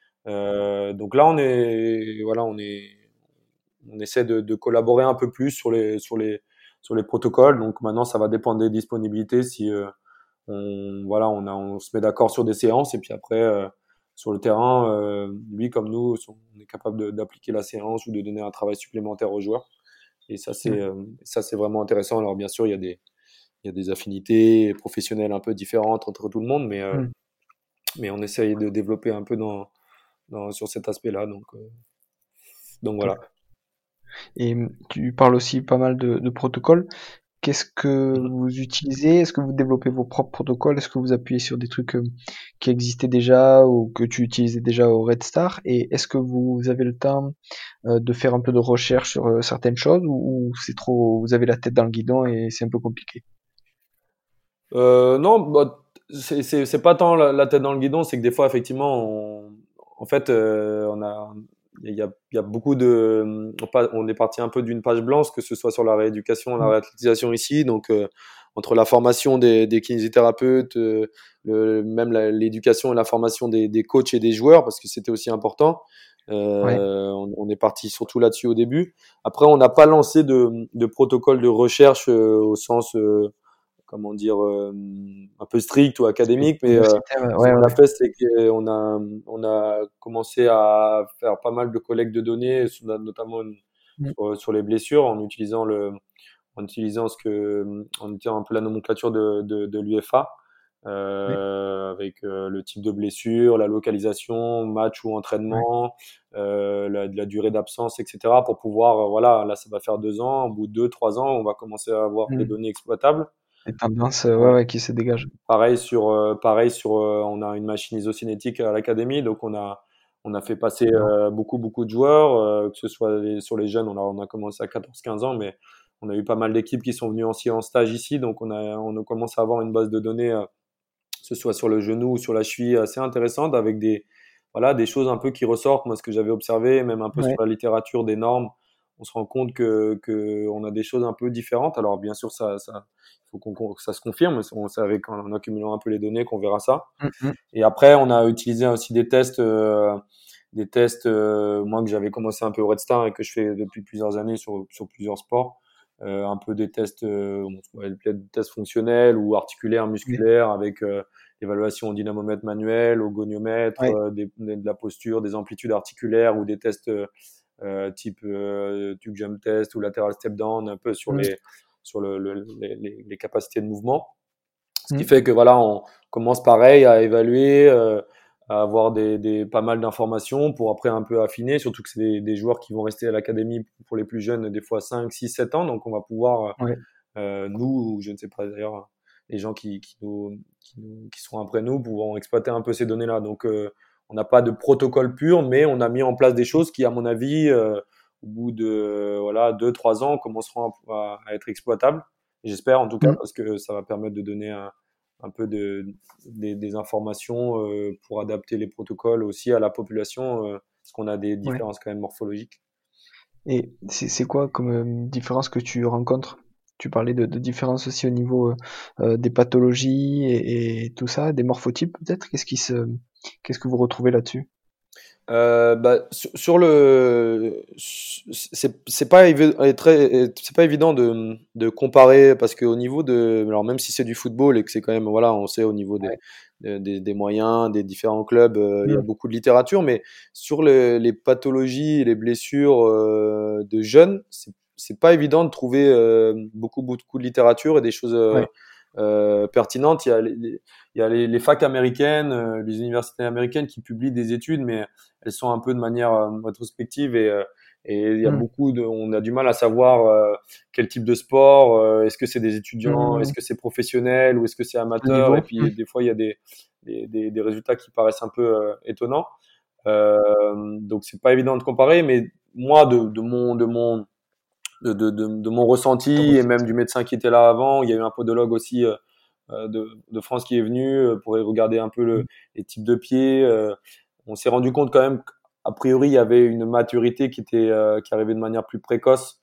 Euh, donc là, on est, voilà, on est, on essaie de, de collaborer un peu plus sur les, sur les, sur les protocoles. Donc maintenant, ça va dépendre des disponibilités. Si euh, on, voilà, on a, on se met d'accord sur des séances et puis après, euh, sur le terrain, euh, lui comme nous, on est capable de- d'appliquer la séance ou de donner un travail supplémentaire aux joueurs. Et ça, c'est Mm. euh, ça, c'est vraiment intéressant. Alors bien sûr, il y a des il y a des affinités professionnelles un peu différentes entre tout le monde, mais euh, Mm. mais on essaye de développer un peu dans, dans sur cet aspect-là. Donc euh, donc Top. voilà. Et mm, tu parles aussi pas mal de, de protocoles. Qu'est-ce que Mhm. vous utilisez? Est-ce que vous développez vos propres protocoles? Est-ce que vous appuyez sur des trucs euh, qui existaient déjà ou que tu utilisais déjà au Red Star? Et est-ce que vous avez le temps euh, de faire un peu de recherche sur euh, certaines choses ou, ou c'est trop, vous avez la tête dans le guidon et c'est un peu compliqué? Euh, non, bah, c'est c'est c'est pas tant la, la tête dans le guidon, c'est que des fois effectivement, on, en fait, euh, on a il y a, il y a beaucoup de on, pa- on est parti un peu d'une page blanche, que ce soit sur la rééducation, la Mm. réathlétisation ici, donc euh, entre la formation des, des kinésithérapeutes, euh, le, même la- l'éducation et la formation des, des coachs et des joueurs, parce que c'était aussi important. Ouais, Euh, on, on est parti surtout là-dessus au début. Après, on n'a pas lancé de, de protocole de recherche euh, au sens euh, comment dire, euh, un peu strict ou c'est académique, mais euh, universitaire, euh, ce ouais, qu'on a ouais. fait, c'est qu'on a, on a commencé à faire pas mal de collectes de données, sur- notamment Mm. sur, sur les blessures, en utilisant le, en utilisant ce que, en utilisant un peu la nomenclature de, de, de l'U F A, Ouais. euh, avec euh, le type de blessure, la localisation, match ou Ouais. entraînement, euh, la, la durée d'absence, et cetera, pour pouvoir, euh, voilà, là, ça va faire deux ans, au bout de deux, trois ans, on va commencer à avoir des Mm. données exploitables. Les tendances, euh, ouais, Ouais. ouais, qui se dégagent. Pareil sur, euh, pareil sur, euh, on a une machine isocinétique à l'académie, donc on a, on a fait passer D'accord. euh, beaucoup, beaucoup de joueurs, euh, que ce soit les- sur les jeunes, on a, on a commencé à quatorze quinze ans, mais on a eu pas mal d'équipes qui sont venues aussi en stage ici, donc on a, on a commencé à avoir une base de données, euh, que ce soit sur le genou ou sur la cheville, assez intéressante, avec des, voilà, des choses un peu qui ressortent. Moi, ce que j'avais observé, même un peu sur Ouais. la littérature des normes, on se rend compte que, que on a des choses un peu différentes. Alors, bien sûr, ça, ça, faut qu'on, qu'on- que ça se confirme. On savait qu'en accumulant un peu les données qu'on verra ça. Mm, mm. Et après, on a utilisé aussi des tests, euh, des tests, euh, moi que j'avais commencé un peu au Red Star et que je fais depuis plusieurs années sur, sur plusieurs sports, euh, un peu des tests, euh, on pourrait appeler des tests fonctionnels ou articulaires, Ouais. musculaires, avec euh, l'évaluation au dynamomètre manuel, au goniomètre, Ouais. euh, des, des- de la posture, des amplitudes articulaires ou des tests euh, euh, type euh, tube jump test ou lateral step down, un peu sur Mm, les sur le, le- les, les- les capacités de mouvement. Ce qui mm. fait que voilà, on commence pareil à évaluer, euh, à avoir des, des, pas mal d'informations pour après un peu affiner, surtout que c'est des, des joueurs qui vont rester à l'académie pour les plus jeunes, des fois cinq six sept ans, donc on va pouvoir, Ouais. euh, nous, ou je ne sais pas d'ailleurs, les gens qui, qui, nous, qui, nous, qui seront après nous, pourront exploiter un peu ces données-là. Donc euh, on n'a pas de protocole pur, mais on a mis en place des choses qui, à mon avis, euh, au bout de voilà deux trois ans, commenceront à, à être exploitables. J'espère en tout cas Mm. parce que ça va permettre de donner un, un peu de, des, des informations euh, pour adapter les protocoles aussi à la population, euh, parce qu'on a des Ouais. différences quand même morphologiques. Et c'est c'est quoi comme euh, différence que tu rencontres? Tu parlais de, de différences aussi au niveau euh, euh, des pathologies et, et tout ça, des morphotypes peut-être? Qu'est-ce qui se, qu'est-ce que vous retrouvez là-dessus? Euh, bah, sur, sur le, c'est c'est pas évi- euh, très, c'est pas évident de, de comparer parce qu'au niveau de, alors même si c'est du football et que c'est quand même, voilà, on sait au niveau des, Ouais. des, des moyens, des différents clubs, euh, il y a Mm. beaucoup de littérature, mais sur les, les pathologies et les blessures euh, de jeunes, c'est c'est pas évident de trouver euh, beaucoup beaucoup de littérature et des choses euh, Ouais. euh, pertinentes. Il y a les, les- il y a les, les facs américaines, euh, les universités américaines qui publient des études, mais elles sont un peu de manière euh, rétrospective et, euh, et il y a Mm. beaucoup de, on a du mal à savoir euh, quel type de sport, euh, est-ce que c'est des étudiants, est-ce Mm. que c'est professionnel ou est-ce que c'est Le amateur, et niveau? Mm. puis des fois il y a des, des, des, des résultats qui paraissent un peu euh, étonnants. Euh, donc c'est pas évident de comparer, mais moi de, de mon de mon de, de, de, de mon Ton ressenti et même ressenti. du médecin qui était là avant, il y a eu un podologue aussi euh, euh, de, de France qui est venu euh, pour regarder un peu le, Mm. les types de pieds. Euh, on s'est rendu compte quand même qu'a priori il y avait une maturité qui était euh, qui arrivait de manière plus précoce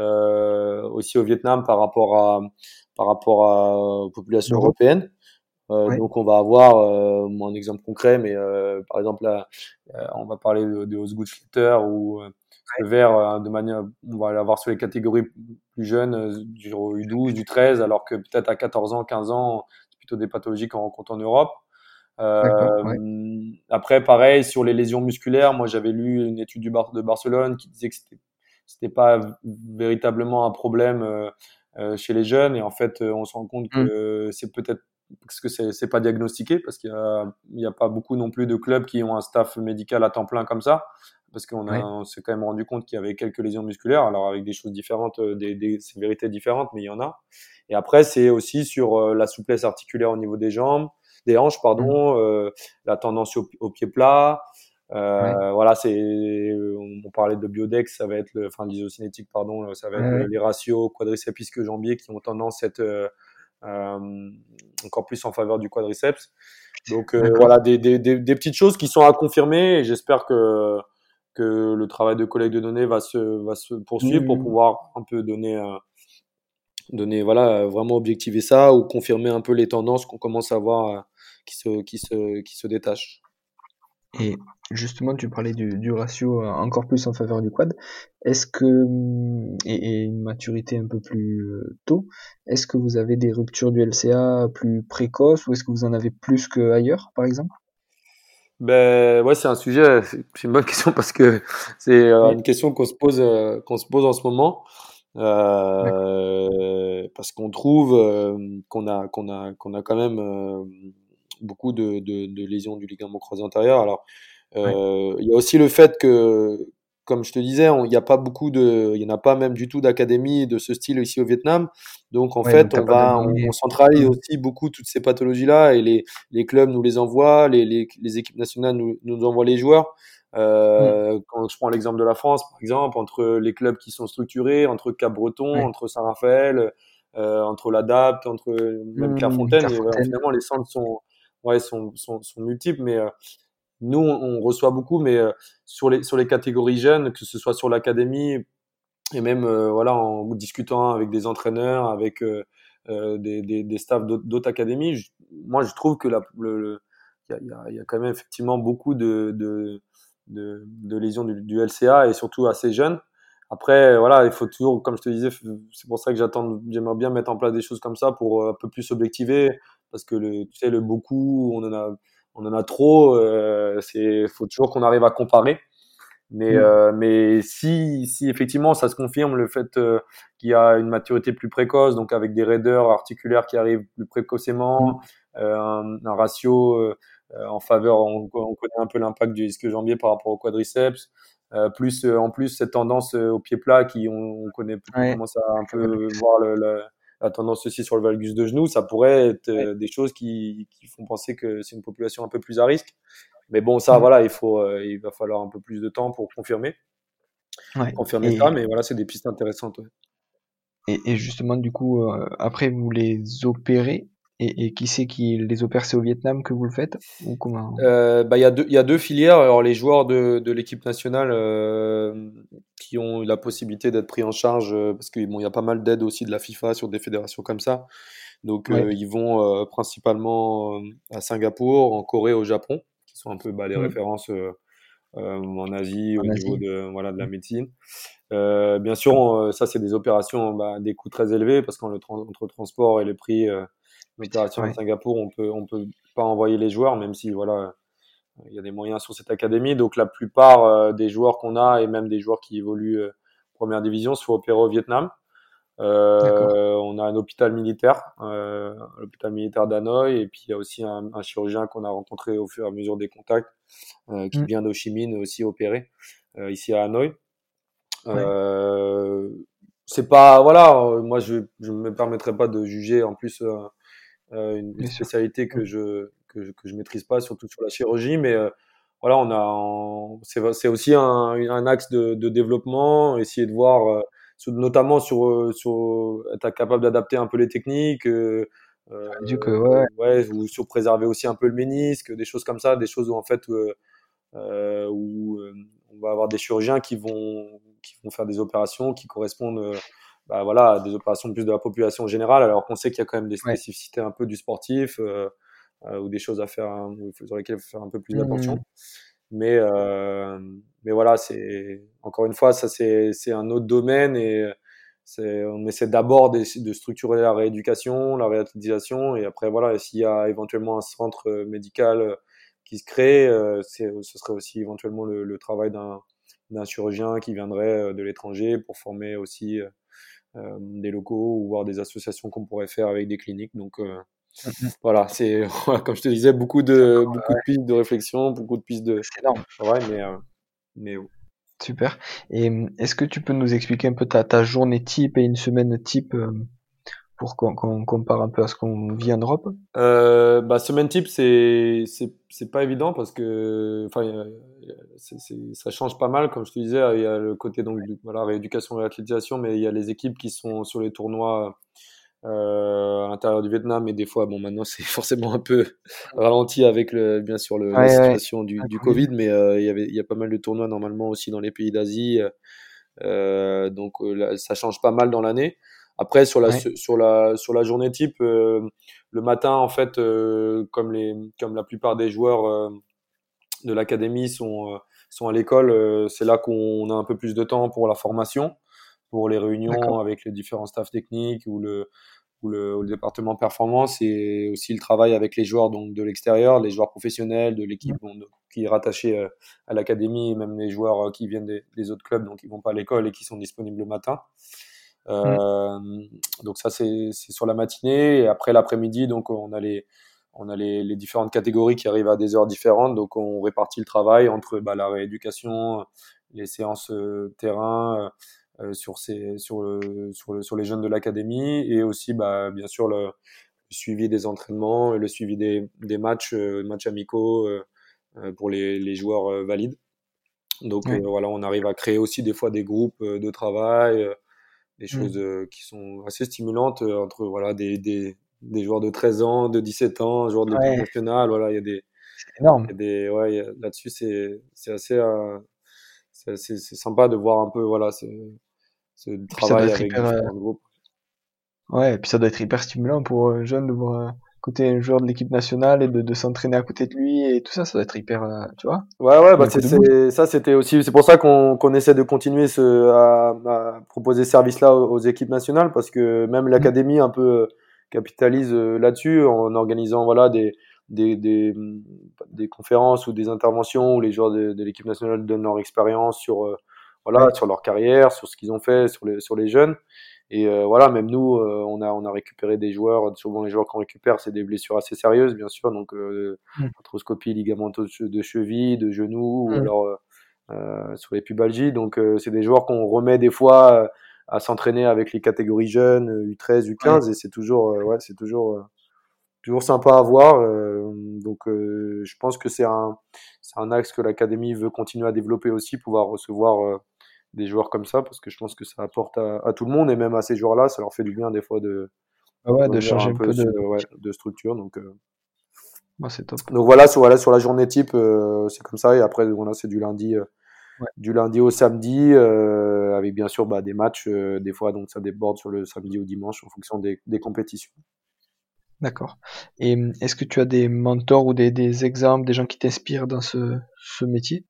euh, aussi au Vietnam par rapport à par rapport à, aux populations L'Europe? européennes. Euh, Ouais. donc on va avoir euh, un exemple concret, mais euh, par exemple là, euh, on va parler de, de Osgood Schlitter ou euh, ce verre euh, de manière, on va l'avoir sur les catégories plus jeunes, euh, du U douze, du treize, alors que peut-être à quatorze ans, quinze ans, c'est plutôt des pathologies qu'on rencontre en Europe. D'accord, ouais, Euh, après, pareil, sur les lésions musculaires, moi j'avais lu une étude du Bar- de Barcelone qui disait que c'était c'était pas véritablement un problème euh, euh, chez les jeunes. Et en fait, euh, on se rend compte mmh, que c'est peut-être parce que c'est c'est pas diagnostiqué, parce qu'il y a, il y a pas beaucoup non plus de clubs qui ont un staff médical à temps plein comme ça. Parce qu'on a, ouais, on s'est quand même rendu compte qu'il y avait quelques lésions musculaires, alors avec des choses différentes, euh, des, des sévérités différentes, mais il y en a. Et après, c'est aussi sur euh, la souplesse articulaire au niveau des jambes, des hanches, mmh, pardon, euh, la tendance au, au pied plat. ouais, Euh, voilà, c'est, on, on parlait de biodex, ça va être le, enfin, l'isocinétique, pardon, ça va ouais, être le- ouais, les ratios quadriceps ischio-jambier qui ont tendance à être euh, euh, encore plus en faveur du quadriceps. Donc euh, d'accord. voilà, des, des, des, des petites choses qui sont à confirmer et j'espère que, que le travail de collecte de données va se, va se poursuivre pour Mmh. pouvoir un peu donner, euh, donner voilà, vraiment objectiver ça ou confirmer un peu les tendances qu'on commence à voir euh, qui se, qui se, qui se détachent. Et justement, tu parlais du, du ratio euh, encore plus en faveur du quad. Est-ce que, hum, et, et une maturité un peu plus euh, tôt, est-ce que vous avez des ruptures du L C A plus précoces ou est-ce que vous en avez plus qu'ailleurs, par exemple? Ben ouais, c'est un sujet, c'est c'est une bonne question parce que c'est euh, Mm. une question qu'on se pose, euh, qu'on se pose en ce moment, D'accord. euh, parce qu'on trouve euh, qu'on a, qu'on a, qu'on a quand même euh, beaucoup de, de, de lésions du ligament croisé antérieur. Alors, Ouais. euh, il y a aussi le fait que, comme je te disais, on- il n'y a pas beaucoup de, il y en a pas même du tout d'académie de ce style ici au Vietnam. Donc en Ouais, donc fait, t'as on pas de va, on, données. on centralise Mm. aussi beaucoup toutes ces pathologies-là et les les clubs nous les envoient, les, les, les équipes nationales nous, nous envoient les joueurs. Mm. Euh, quand je prends l'exemple de la France, par exemple, entre les clubs qui sont structurés, entre Cap-Breton, Ouais. entre Saint-Raphaël, euh, entre l'Adapt, entre même Mm, Clairefontaine, et, voilà, Clairefontaine. finalement les centres sont, ouais, sont, sont, sont multiples, mais euh, nous on, on reçoit beaucoup, mais euh, sur les sur les catégories jeunes, que ce soit sur l'académie et même euh, voilà en discutant avec des entraîneurs, avec euh, euh, des, des, des staffs d'autres d'autres académies, je- moi je trouve que la, le, le- il y a, il y a- il y a quand même effectivement beaucoup de, de, de, de lésions du, du L C A et surtout assez jeunes. Après, voilà, il faut toujours, comme je te disais, c'est pour ça que j'attends, j'aimerais bien mettre en place des choses comme ça pour euh, un peu plus objectiver, parce que le, tu sais, le beaucoup, on en a, on en a trop. Euh, c'est, faut toujours qu'on arrive à comparer. Mais, Mm. euh, mais si, si effectivement ça se confirme le fait euh, qu'il y a une maturité plus précoce, donc avec des raideurs articulaires qui arrivent plus précocement, Mm. euh, un, un ratio euh, euh, en faveur, on, on connaît un peu l'impact du ischio-jambier par rapport au quadriceps, euh, plus euh, en plus cette tendance euh, au pied plat qui on, on connaît, on Ouais. commence à un Le valgus. peu voir le, le- la tendance aussi sur le valgus de genou, ça pourrait être Ouais. euh, des choses qui, qui font penser que c'est une population un peu plus à risque. Mais bon, ça, Mm. voilà, il faut, euh, il va falloir un peu plus de temps pour confirmer, Ouais. confirmer ça. Et, Mais voilà, c'est des pistes intéressantes. Ouais. et, et justement, du coup, euh, après, vous les opérez. Et, et qui c'est qui les opère? C'est au Vietnam que vous le faites? Ou comment? Euh, bah, il y a deux, il y a deux filières. Alors, les joueurs de, de l'équipe nationale euh, qui ont la possibilité d'être pris en charge, euh, parce qu'il bon, il y a pas mal d'aides aussi de la FIFA sur des fédérations comme ça. Donc, Ouais. euh, ils vont euh, principalement euh, à Singapour, en Corée, au Japon, qui sont un peu bah, les Mm. références euh, euh, en Asie au En niveau Asie. de, voilà, de la Mm. médecine. Euh, bien sûr, on- ça, c'est des opérations, bah, des coûts très élevés parce qu'entre le, tran- entre le transport et les prix, euh, une opération à Ouais. Singapour, on peut, on peut pas envoyer les joueurs, même si voilà, il y a des moyens sur cette académie. Donc, la plupart euh, des joueurs qu'on a et même des joueurs qui évoluent euh, première division se font opérer au Vietnam. D'accord. Euh, on a un hôpital militaire, euh, l'hôpital militaire d'Hanoï, et puis il y a aussi un, un chirurgien qu'on a rencontré au fur et à mesure des contacts, euh, qui Mm. vient d'Ho Chi Minh aussi opérer euh, ici à Hanoï. Ouais. Euh, c'est pas voilà, euh, moi je je me permettrai pas de juger en plus euh, euh, une, une Bien sûr. spécialité Mm. que je que je que je maîtrise pas, surtout sur la chirurgie, mais euh, voilà, on a en- c'est c'est aussi un, un axe de, de développement, essayer de voir euh, sur- notamment sur euh, sur être capable d'adapter un peu les techniques, euh, euh, Du coup, ouais, ouais. ouais, ou sur préserver aussi un peu le ménisque, des choses comme ça, des choses où en fait euh, euh, où euh, on va avoir des chirurgiens qui vont, qui vont faire des opérations qui correspondent euh, bah, voilà, à des opérations plus de la population générale, alors qu'on sait qu'il y a quand même des Ouais. spécificités un peu du sportif euh, euh, ou des choses à faire, hein, sur lesquelles il faut faire un peu plus Mm. d'attention. Mais, euh, mais voilà, c'est encore une fois, ça c'est c'est un autre domaine et c'est, on essaie d'abord de, de structurer la rééducation, la réathlétisation, et après voilà, s'il y a éventuellement un centre euh, médical euh, qui se crée, euh, c'est, ce serait aussi éventuellement le, le travail d'un, d'un chirurgien qui viendrait euh, de l'étranger pour former aussi euh, euh, des locaux ou voir des associations qu'on pourrait faire avec des cliniques. Donc euh, Mhm. voilà, c'est voilà, comme je te disais, beaucoup C'est de encore, beaucoup de ouais, pistes de réflexion, beaucoup de pistes de c'est énorme. travail, mais euh, mais Super. Et hum, est-ce que tu peux nous expliquer un peu ta, ta journée type et une semaine type euh, pour qu'on qu'on compare un peu à ce qu'on vit en Europe? Euh, bah, semaine type, c'est c'est c'est pas évident parce que enfin il y a- c'est, c'est- ça change pas mal comme je te disais. Il y a le côté donc du- voilà rééducation et athlétisation, mais il y a les équipes qui sont sur les tournois euh, à l'intérieur du Vietnam, et des fois bon maintenant c'est forcément un peu ralenti avec le bien sûr le, la Ouais, ouais, situation du, un du Covid. Covid, mais euh, il y avait il y a pas mal de tournois normalement aussi dans les pays d'Asie. Euh, donc euh, là, ça change pas mal dans l'année. Après sur la Ouais, sur la sur la journée type, euh, le matin en fait, euh, comme les comme la plupart des joueurs euh, de l'académie sont euh, sont à l'école, euh, c'est là qu'on a un peu plus de temps pour la formation, pour les réunions d'accord. avec les différents staffs techniques ou le ou le, ou le département performance, et aussi le travail avec les joueurs donc de l'extérieur, les joueurs professionnels de l'équipe bon, de- qui est rattachée euh, à l'académie, et même les joueurs euh, qui viennent des, des autres clubs, donc ils vont pas à l'école et qui sont disponibles le matin. Mm. Euh, donc ça c'est c'est sur la matinée, et après l'après-midi donc on a les on a les, les différentes catégories qui arrivent à des heures différentes, donc on répartit le travail entre bah, la rééducation, les séances euh, terrain euh, sur ces sur le, sur le, sur les jeunes de l'académie, et aussi bah bien sûr le, le suivi des entraînements et le suivi des, des matchs euh, matchs amicaux euh, euh, pour les, les joueurs euh, valides. Donc euh, Ouais. voilà, on arrive à créer aussi des fois des groupes euh, de travail, euh, des choses Mm. euh, qui sont assez stimulantes euh, entre voilà des, des des joueurs de treize ans, de dix-sept ans, joueurs de l'équipe Ouais, nationale. Voilà, il y a des c'est énorme. il y a des ouais, il y a- là-dessus c'est c'est assez euh, c'est assez- c'est sympa de voir un peu voilà ce, ce Et puis ça doit travail être avec hyper, euh, différents groupes. ouais, et puis ça doit être hyper stimulant pour un jeune de voir euh, côté un joueur de l'équipe nationale et de, de s'entraîner à côté de lui et tout ça, ça doit être hyper, euh, tu vois, Ouais, ouais, comme bah un coup c'est, de boost. c'est, ça c'était aussi, c'est pour ça qu'on qu'on essaie de continuer ce, à, à proposer ce service-là aux, aux équipes nationales, parce que même Mm. l'académie un peu euh, capitalise euh, là-dessus en organisant voilà des, des, des, des conférences ou des interventions où les joueurs de, de l'équipe nationale donnent leur expérience sur, euh, voilà, Ouais. sur leur carrière, sur ce qu'ils ont fait, sur les, sur les jeunes. Et euh, voilà, même nous, euh, on a, on a récupéré des joueurs. Souvent, les joueurs qu'on récupère, c'est des blessures assez sérieuses, bien sûr. Donc, euh, Mm. arthroscopie, ligamenteux de cheville, de genou, ou Mm. alors euh, euh, sur les pubalgies. Donc, euh, c'est des joueurs qu'on remet des fois euh, à s'entraîner avec les catégories jeunes, U treize, Ouais. U quinze, et c'est toujours, euh, ouais, c'est toujours, euh, toujours sympa à voir. Euh, donc, euh, je pense que c'est un, c'est un axe que l'académie veut continuer à développer aussi, pouvoir recevoir euh, des joueurs comme ça, parce que je pense que ça apporte à, à tout le monde, et même à ces joueurs-là, ça leur fait du bien des fois de, Ouais, de ouais, de revenir changer un un peu peu de, sur, ouais, de structure. Donc, euh, moi c'est top. donc voilà, sur, voilà, sur la journée type, euh, c'est comme ça. Et après, voilà, c'est du lundi, euh, Ouais. du lundi au samedi, euh, avec bien sûr bah, des matchs, euh, des fois, donc ça déborde sur le samedi ou dimanche en fonction des, des compétitions. D'accord. Et hum, est-ce que tu as des mentors ou des, des exemples, des gens qui t'inspirent dans ce, ce métier?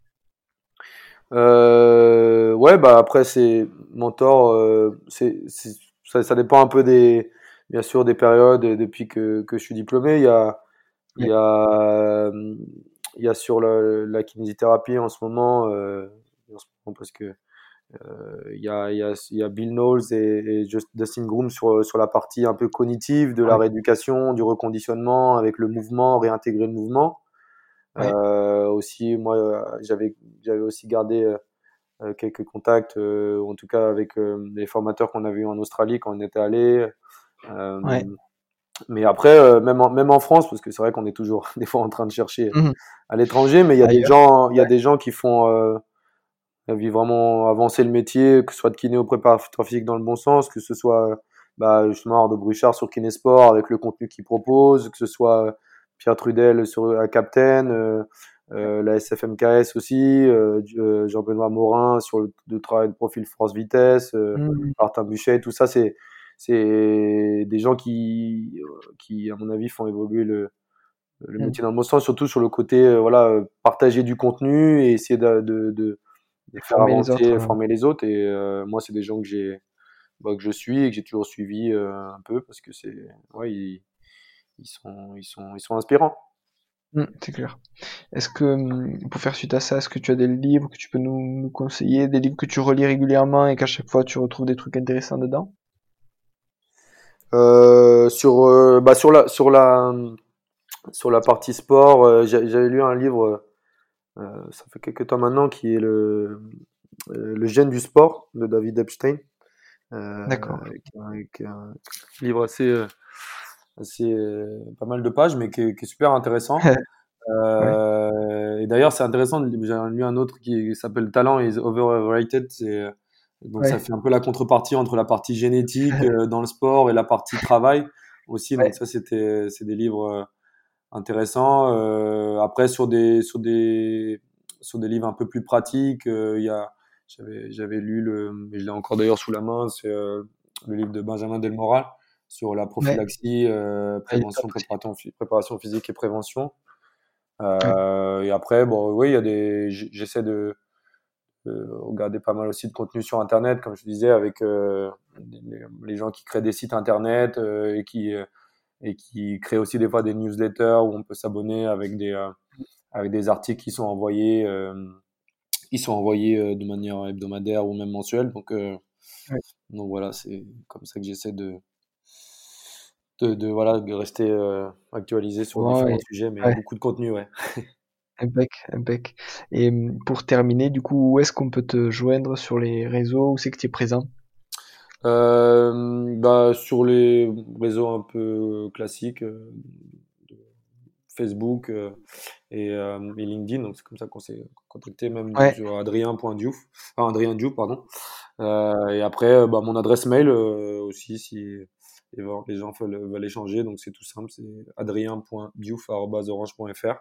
Euh, ouais, bah après, c'est mentor, euh, c'est, c'est- ça, ça dépend un peu des, bien sûr, des périodes. Et depuis que, que je suis diplômé, il y a, il y Ouais. a, euh, il y a sur la, la kinésithérapie en ce moment, euh, en ce moment parce que Euh, Il y a, il y a, il y a Bill Knowles et, et Just- Dustin Groom sur, sur la partie un peu cognitive de la Ouais. rééducation, du reconditionnement avec le mouvement, réintégrer le mouvement. Ouais. Euh, aussi, moi, euh, j'avais, j'avais aussi gardé euh, euh, quelques contacts, euh, en tout cas avec euh, les formateurs qu'on avait eu en Australie quand on était allé. Euh, Ouais. mais après, euh, même en, même en France, parce que c'est vrai qu'on est toujours des fois en train de chercher Mhm. à l'étranger, mais il y a des Ailleurs. gens, il y a Ouais. des gens qui font euh, elle vit vraiment avancer le métier, que ce soit de kiné au préparateur physique dans le bon sens, que ce soit bah, justement Arnaud Bruchard sur Kinésport avec le contenu qu'il propose, que ce soit Pierre Trudel sur à Captain, euh, euh, la S F M K S aussi, euh, euh, Jean-Benoît Morin sur le, le travail de profil France Vitesse, euh, Mhm. Martin Buchet, tout ça, c'est c'est des gens qui, qui, à mon avis, font évoluer le, le Mhm. métier dans le bon sens, surtout sur le côté euh, voilà, euh, partager du contenu et essayer de, de, de de Et faire former les autres. avancer, euh. former les autres. Et euh, moi, c'est des gens que j'ai bah, que je suis et que j'ai toujours suivi euh, un peu parce que c'est, ouais, ils, ils sont, ils sont, ils sont inspirants. Hmm, c'est clair. Est-ce que, hum, pour faire suite à ça, est-ce que tu as des livres que tu peux nous, nous conseiller, des livres que tu relis régulièrement et qu'à chaque fois tu retrouves des trucs intéressants dedans? Euh, sur, euh, bah, sur la, sur la, sur la partie sport, euh, j'ai- j'avais lu un livre, euh, ça fait quelques temps maintenant, qui est le, euh, le gène du sport de David Epstein, euh, D'accord. qui est un, qui est un livre assez, euh, assez euh, pas mal de pages, mais qui est, qui est super intéressant. Ouais, Euh, et d'ailleurs, c'est intéressant. J'ai lu un autre qui s'appelle Talent is overrated. C'est donc ça ouais, fait un peu la contrepartie entre la partie génétique euh, dans le sport et la partie travail aussi. Donc ouais, ça, c'était c'est des livres euh, intéressants. Euh, après, sur des sur des sur des livres un peu plus pratiques, euh, il y a j'avais j'avais lu le, mais je l'ai encore d'ailleurs sous la main, c'est euh, le livre de Benjamin Delmoral sur la ouais. prophylaxie, euh, Ah, il est top prévention, aussi. préparation, préparation physique et prévention. Ouais, Euh, et après, bon, oui, il y a des, j- j'essaie de, de regarder pas mal aussi de contenu sur Internet, comme je disais, avec euh, les, les gens qui créent des sites Internet euh, et qui euh, et qui créent aussi des fois des newsletters où on peut s'abonner avec des euh, avec des articles qui sont envoyés euh, qui sont envoyés euh, de manière hebdomadaire ou même mensuelle. Donc euh, ouais. donc voilà, c'est comme ça que j'essaie de de, de voilà de rester euh, actualisé sur Ouais, différents sujets, mais ouais. beaucoup de contenu, ouais. Impec, impec. Et hum, pour terminer, du coup, où est-ce qu'on peut te joindre sur les réseaux? Où c'est que tu es présent? Euh, bah, sur les réseaux un peu classiques, euh, de Facebook euh, et, euh, et LinkedIn, donc c'est comme ça qu'on s'est contacté, même Ouais, sur adrien.diouf, enfin Adrien Diouf, pardon. Euh, et après, euh, bah, mon adresse mail euh, aussi, si les gens les gens veulent, veulent échanger, donc c'est tout simple, c'est adrien.diouf.orange.fr.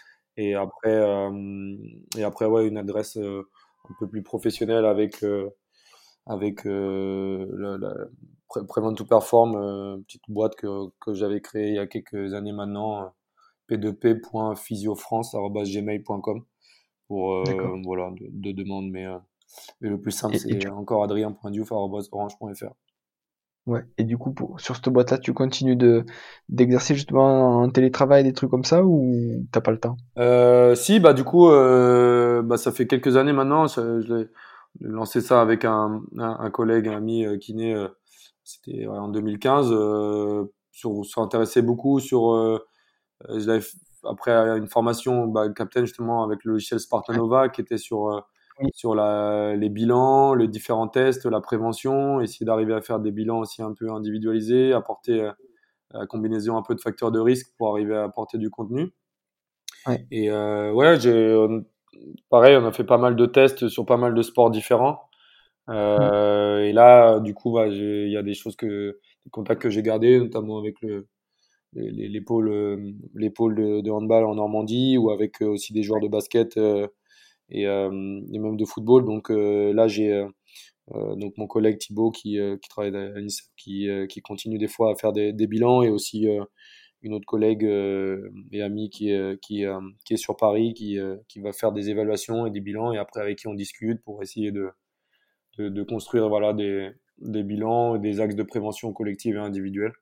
Et après, euh, et après, ouais, une adresse euh, un peu plus professionnelle avec euh, avec euh, la, la Pre- Prevent to Perform, euh, petite boîte que, que j'avais créée il y a quelques années maintenant, euh, p deux p point physiofrance arobase gmail point com pour d'accord. euh, voilà de, de demandes, mais, euh, mais le plus simple Et, et c'est du, encore adrien.diouf arobase orange point fr. ouais. Et du coup, pour, sur cette boîte-là, tu continues de d'exercer justement en télétravail, des trucs comme ça, ou t'as pas le temps? Euh, si, bah du coup, euh, bah, ça fait quelques années maintenant. ça- je l'ai j'ai lancé ça avec un, un, un collègue, un ami euh, kiné. Euh, c'était ouais, en deux mille quinze. Euh, sur, on s'est intéressé beaucoup sur. Euh, je l'avais f- après une formation, bah, Captain justement avec le logiciel Ouais. Spartanova qui était sur euh, Oui, sur la, les bilans, les différents tests, la prévention, essayer d'arriver à faire des bilans aussi un peu individualisés, apporter euh, la combinaison un peu de facteurs de risque pour arriver à apporter du contenu. ouais. Et euh, ouais, j'ai, on- pareil, on a fait pas mal de tests sur pas mal de sports différents. Mm. Euh, et là, du coup, bah, j'ai- il y a des choses que, des contacts que j'ai gardés, notamment avec le, les, les, les pôles, euh, les pôles de, de handball en Normandie ou avec euh, aussi des joueurs de basket euh, et, euh, et même de football. Donc euh, là, j'ai euh, euh, donc mon collègue Thibaut qui, euh, qui travaille à l'INSEP, qui, euh, qui continue des fois à faire des, des bilans et aussi euh, une autre collègue euh, et amie qui, est- qui, euh, qui est sur Paris, qui, euh, qui va faire des évaluations et des bilans, et après avec qui on discute pour essayer de, de, de construire voilà, des, des bilans, des axes de prévention collective et individuelle.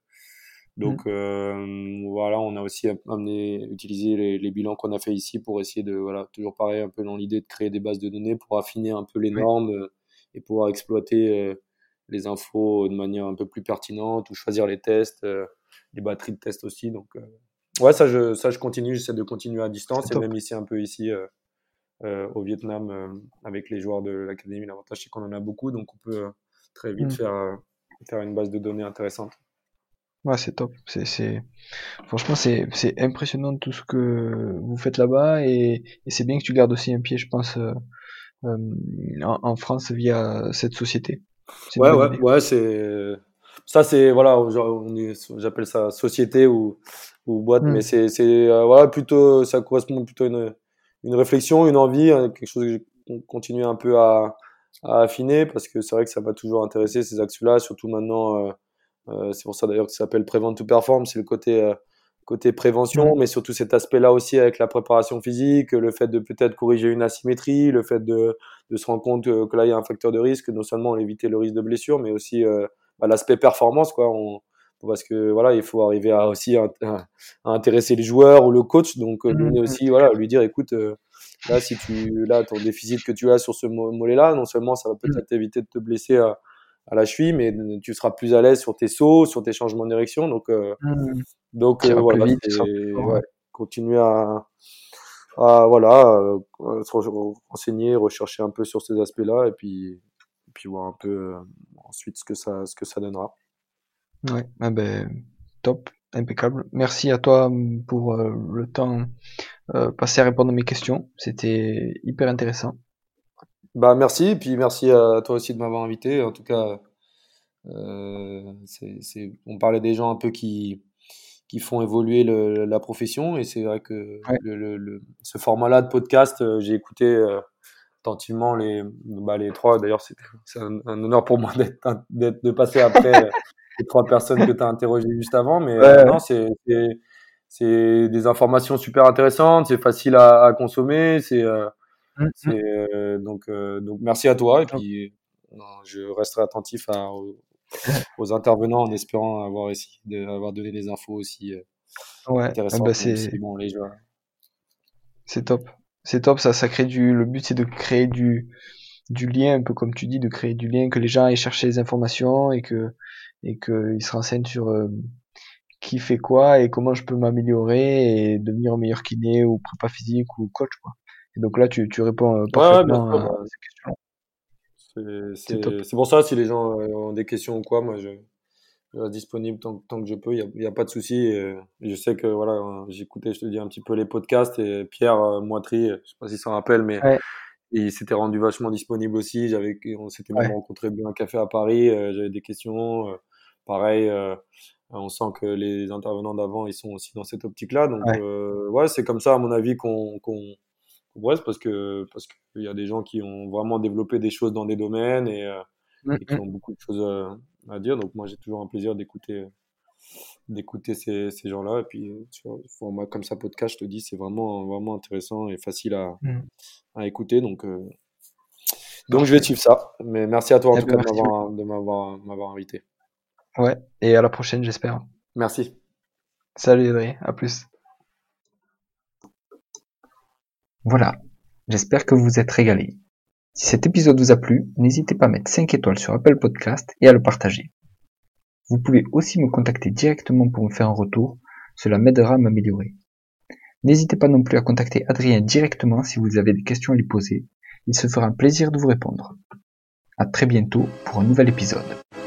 Mm. Donc euh, voilà, on a aussi amené, utilisé les, les bilans qu'on a fait ici pour essayer de, voilà, toujours pareil, un peu dans l'idée de créer des bases de données pour affiner un peu les Ouais. normes euh, et pouvoir exploiter euh, les infos de manière un peu plus pertinente ou choisir les tests, euh, les batteries de tests aussi. Donc euh, ouais, ça je, ça je continue, j'essaie de continuer à C'est distance et top. même ici un peu ici euh, euh, au Vietnam euh, avec les joueurs de l'académie. L'avantage c'est qu'on en a beaucoup, donc on peut euh, très vite Mm. faire, euh, faire une base de données intéressante. Ouais, c'est top. C'est, c'est, franchement, c'est, c'est impressionnant tout ce que vous faites là-bas et, et c'est bien que tu gardes aussi un pied, je pense, euh, euh, en, en France via cette société. C'est une Ouais, bonne ouais, idée. ouais, c'est ça, c'est voilà, genre, on est, j'appelle ça société ou, ou boîte, mais Mm. c'est, c'est euh, voilà, plutôt, ça correspond plutôt à une, une réflexion, une envie, hein, quelque chose que j'ai con- continué un peu à, à affiner parce que c'est vrai que ça m'a toujours intéressé ces axes-là, surtout maintenant. Euh, euh, c'est pour ça d'ailleurs que ça s'appelle Prevent to Perform, c'est le côté euh, côté prévention, Mmh. mais surtout cet aspect-là aussi avec la préparation physique, le fait de peut-être corriger une asymétrie, le fait de, de se rendre compte que, que là il y a un facteur de risque, non seulement éviter le risque de blessure, mais aussi euh, bah, l'aspect performance, quoi. On, parce que voilà, il faut arriver à aussi à, à intéresser les joueurs ou le coach, donc euh, Mmh, donner mmh, aussi c'est voilà, clair. lui dire écoute, euh, là si tu là ton déficit que tu as sur ce mo- mollet-là, non seulement ça va Mmh. peut-être éviter de te blesser à, à la cheville, mais tu seras plus à l'aise sur tes sauts, sur tes changements de direction, donc euh, Mmh. donc Tu euh, iras plus voilà, vite, tu seras plus c'est fort, ouais. ouais, continuer à, à voilà, euh, se re- renseigner, rechercher un peu sur ces aspects-là et puis et puis voir un peu euh, ensuite ce que ça ce que ça donnera. Ouais, ah ben, top, impeccable. Merci à toi hum, pour euh, le temps euh, passé à répondre à mes questions. C'était hyper intéressant. Bah merci, et puis merci à toi aussi de m'avoir invité. En tout cas, euh, c'est, c'est, on parlait des gens un peu qui qui font évoluer le- la profession et c'est vrai que Ouais, le, le- le- ce format-là de podcast, euh, j'ai écouté euh, attentivement les, bah, les trois. D'ailleurs, c'est c'est un, un honneur pour moi d'être, d'être, de passer après euh, les trois personnes que tu as interrogées juste avant. Mais ouais, euh, ouais. non, c'est, c'est, c'est des informations super intéressantes, c'est facile à, à consommer. C'est, euh, Hum, c'est, hum. euh, donc, euh, donc, merci à toi. Et Top. puis, non, je resterai attentif à, aux, aux intervenants en espérant avoir, essayé de, avoir donné des infos aussi euh, Ouais, ah ben intéressantes, même c'est si, bon, les joueurs. c'est top. C'est top, ça, ça crée du. Le but c'est de créer du du lien, un peu comme tu dis, de créer du lien, que les gens aillent chercher les informations et que et que ils se renseignent sur euh, qui fait quoi et comment je peux m'améliorer et devenir un meilleur kiné ou prépa physique ou coach, quoi. Et donc là, tu tu réponds euh, Ouais, ouais, bien parfaitement sûr. à Bah, ces questions. c'est, C'est top. c'est, c'est pour ça, si les gens euh, ont des questions ou quoi, moi, je, je reste disponible tant, tant que je peux. Il y a, il y a pas de souci. Et, euh, je sais que, voilà, euh, j'écoutais, je te dis, un petit peu les podcasts et Pierre euh, Moitry, euh, je sais pas s'il s'en rappelle, mais Ouais, il s'était rendu vachement disponible aussi. J'avais, on s'était même ouais, rencontré bien un café à Paris. euh, j'avais des questions. euh, pareil, euh, on sent que les intervenants d'avant, ils sont aussi dans cette optique-là. Donc, ouais. euh, ouais, c'est comme ça, à mon avis, qu'on, qu'on, qu'on reste parce que, parce qu'il y a des gens qui ont vraiment développé des choses dans des domaines et, euh, Mm, et qui mm. ont beaucoup de choses à, à dire. Donc, moi, j'ai toujours un plaisir d'écouter, d'écouter ces, ces gens-là. Et puis, euh, tu vois, format comme ça, podcast, je te dis, c'est vraiment, vraiment intéressant et facile à, Mm. à écouter. Donc, euh, donc, je vais Parfait. suivre ça. Mais merci à toi, en Eh tout ben, cas, de merci m'avoir, beaucoup. de m'avoir, m'avoir invité. Ouais. Et à la prochaine, j'espère. Merci. Salut, Adrien. À plus. Voilà. J'espère que vous vous êtes régalés. Si cet épisode vous a plu, n'hésitez pas à mettre cinq étoiles sur Apple Podcast et à le partager. Vous pouvez aussi me contacter directement pour me faire un retour, cela m'aidera à m'améliorer. N'hésitez pas non plus à contacter Adrien directement si vous avez des questions à lui poser, il se fera un plaisir de vous répondre. À très bientôt pour un nouvel épisode.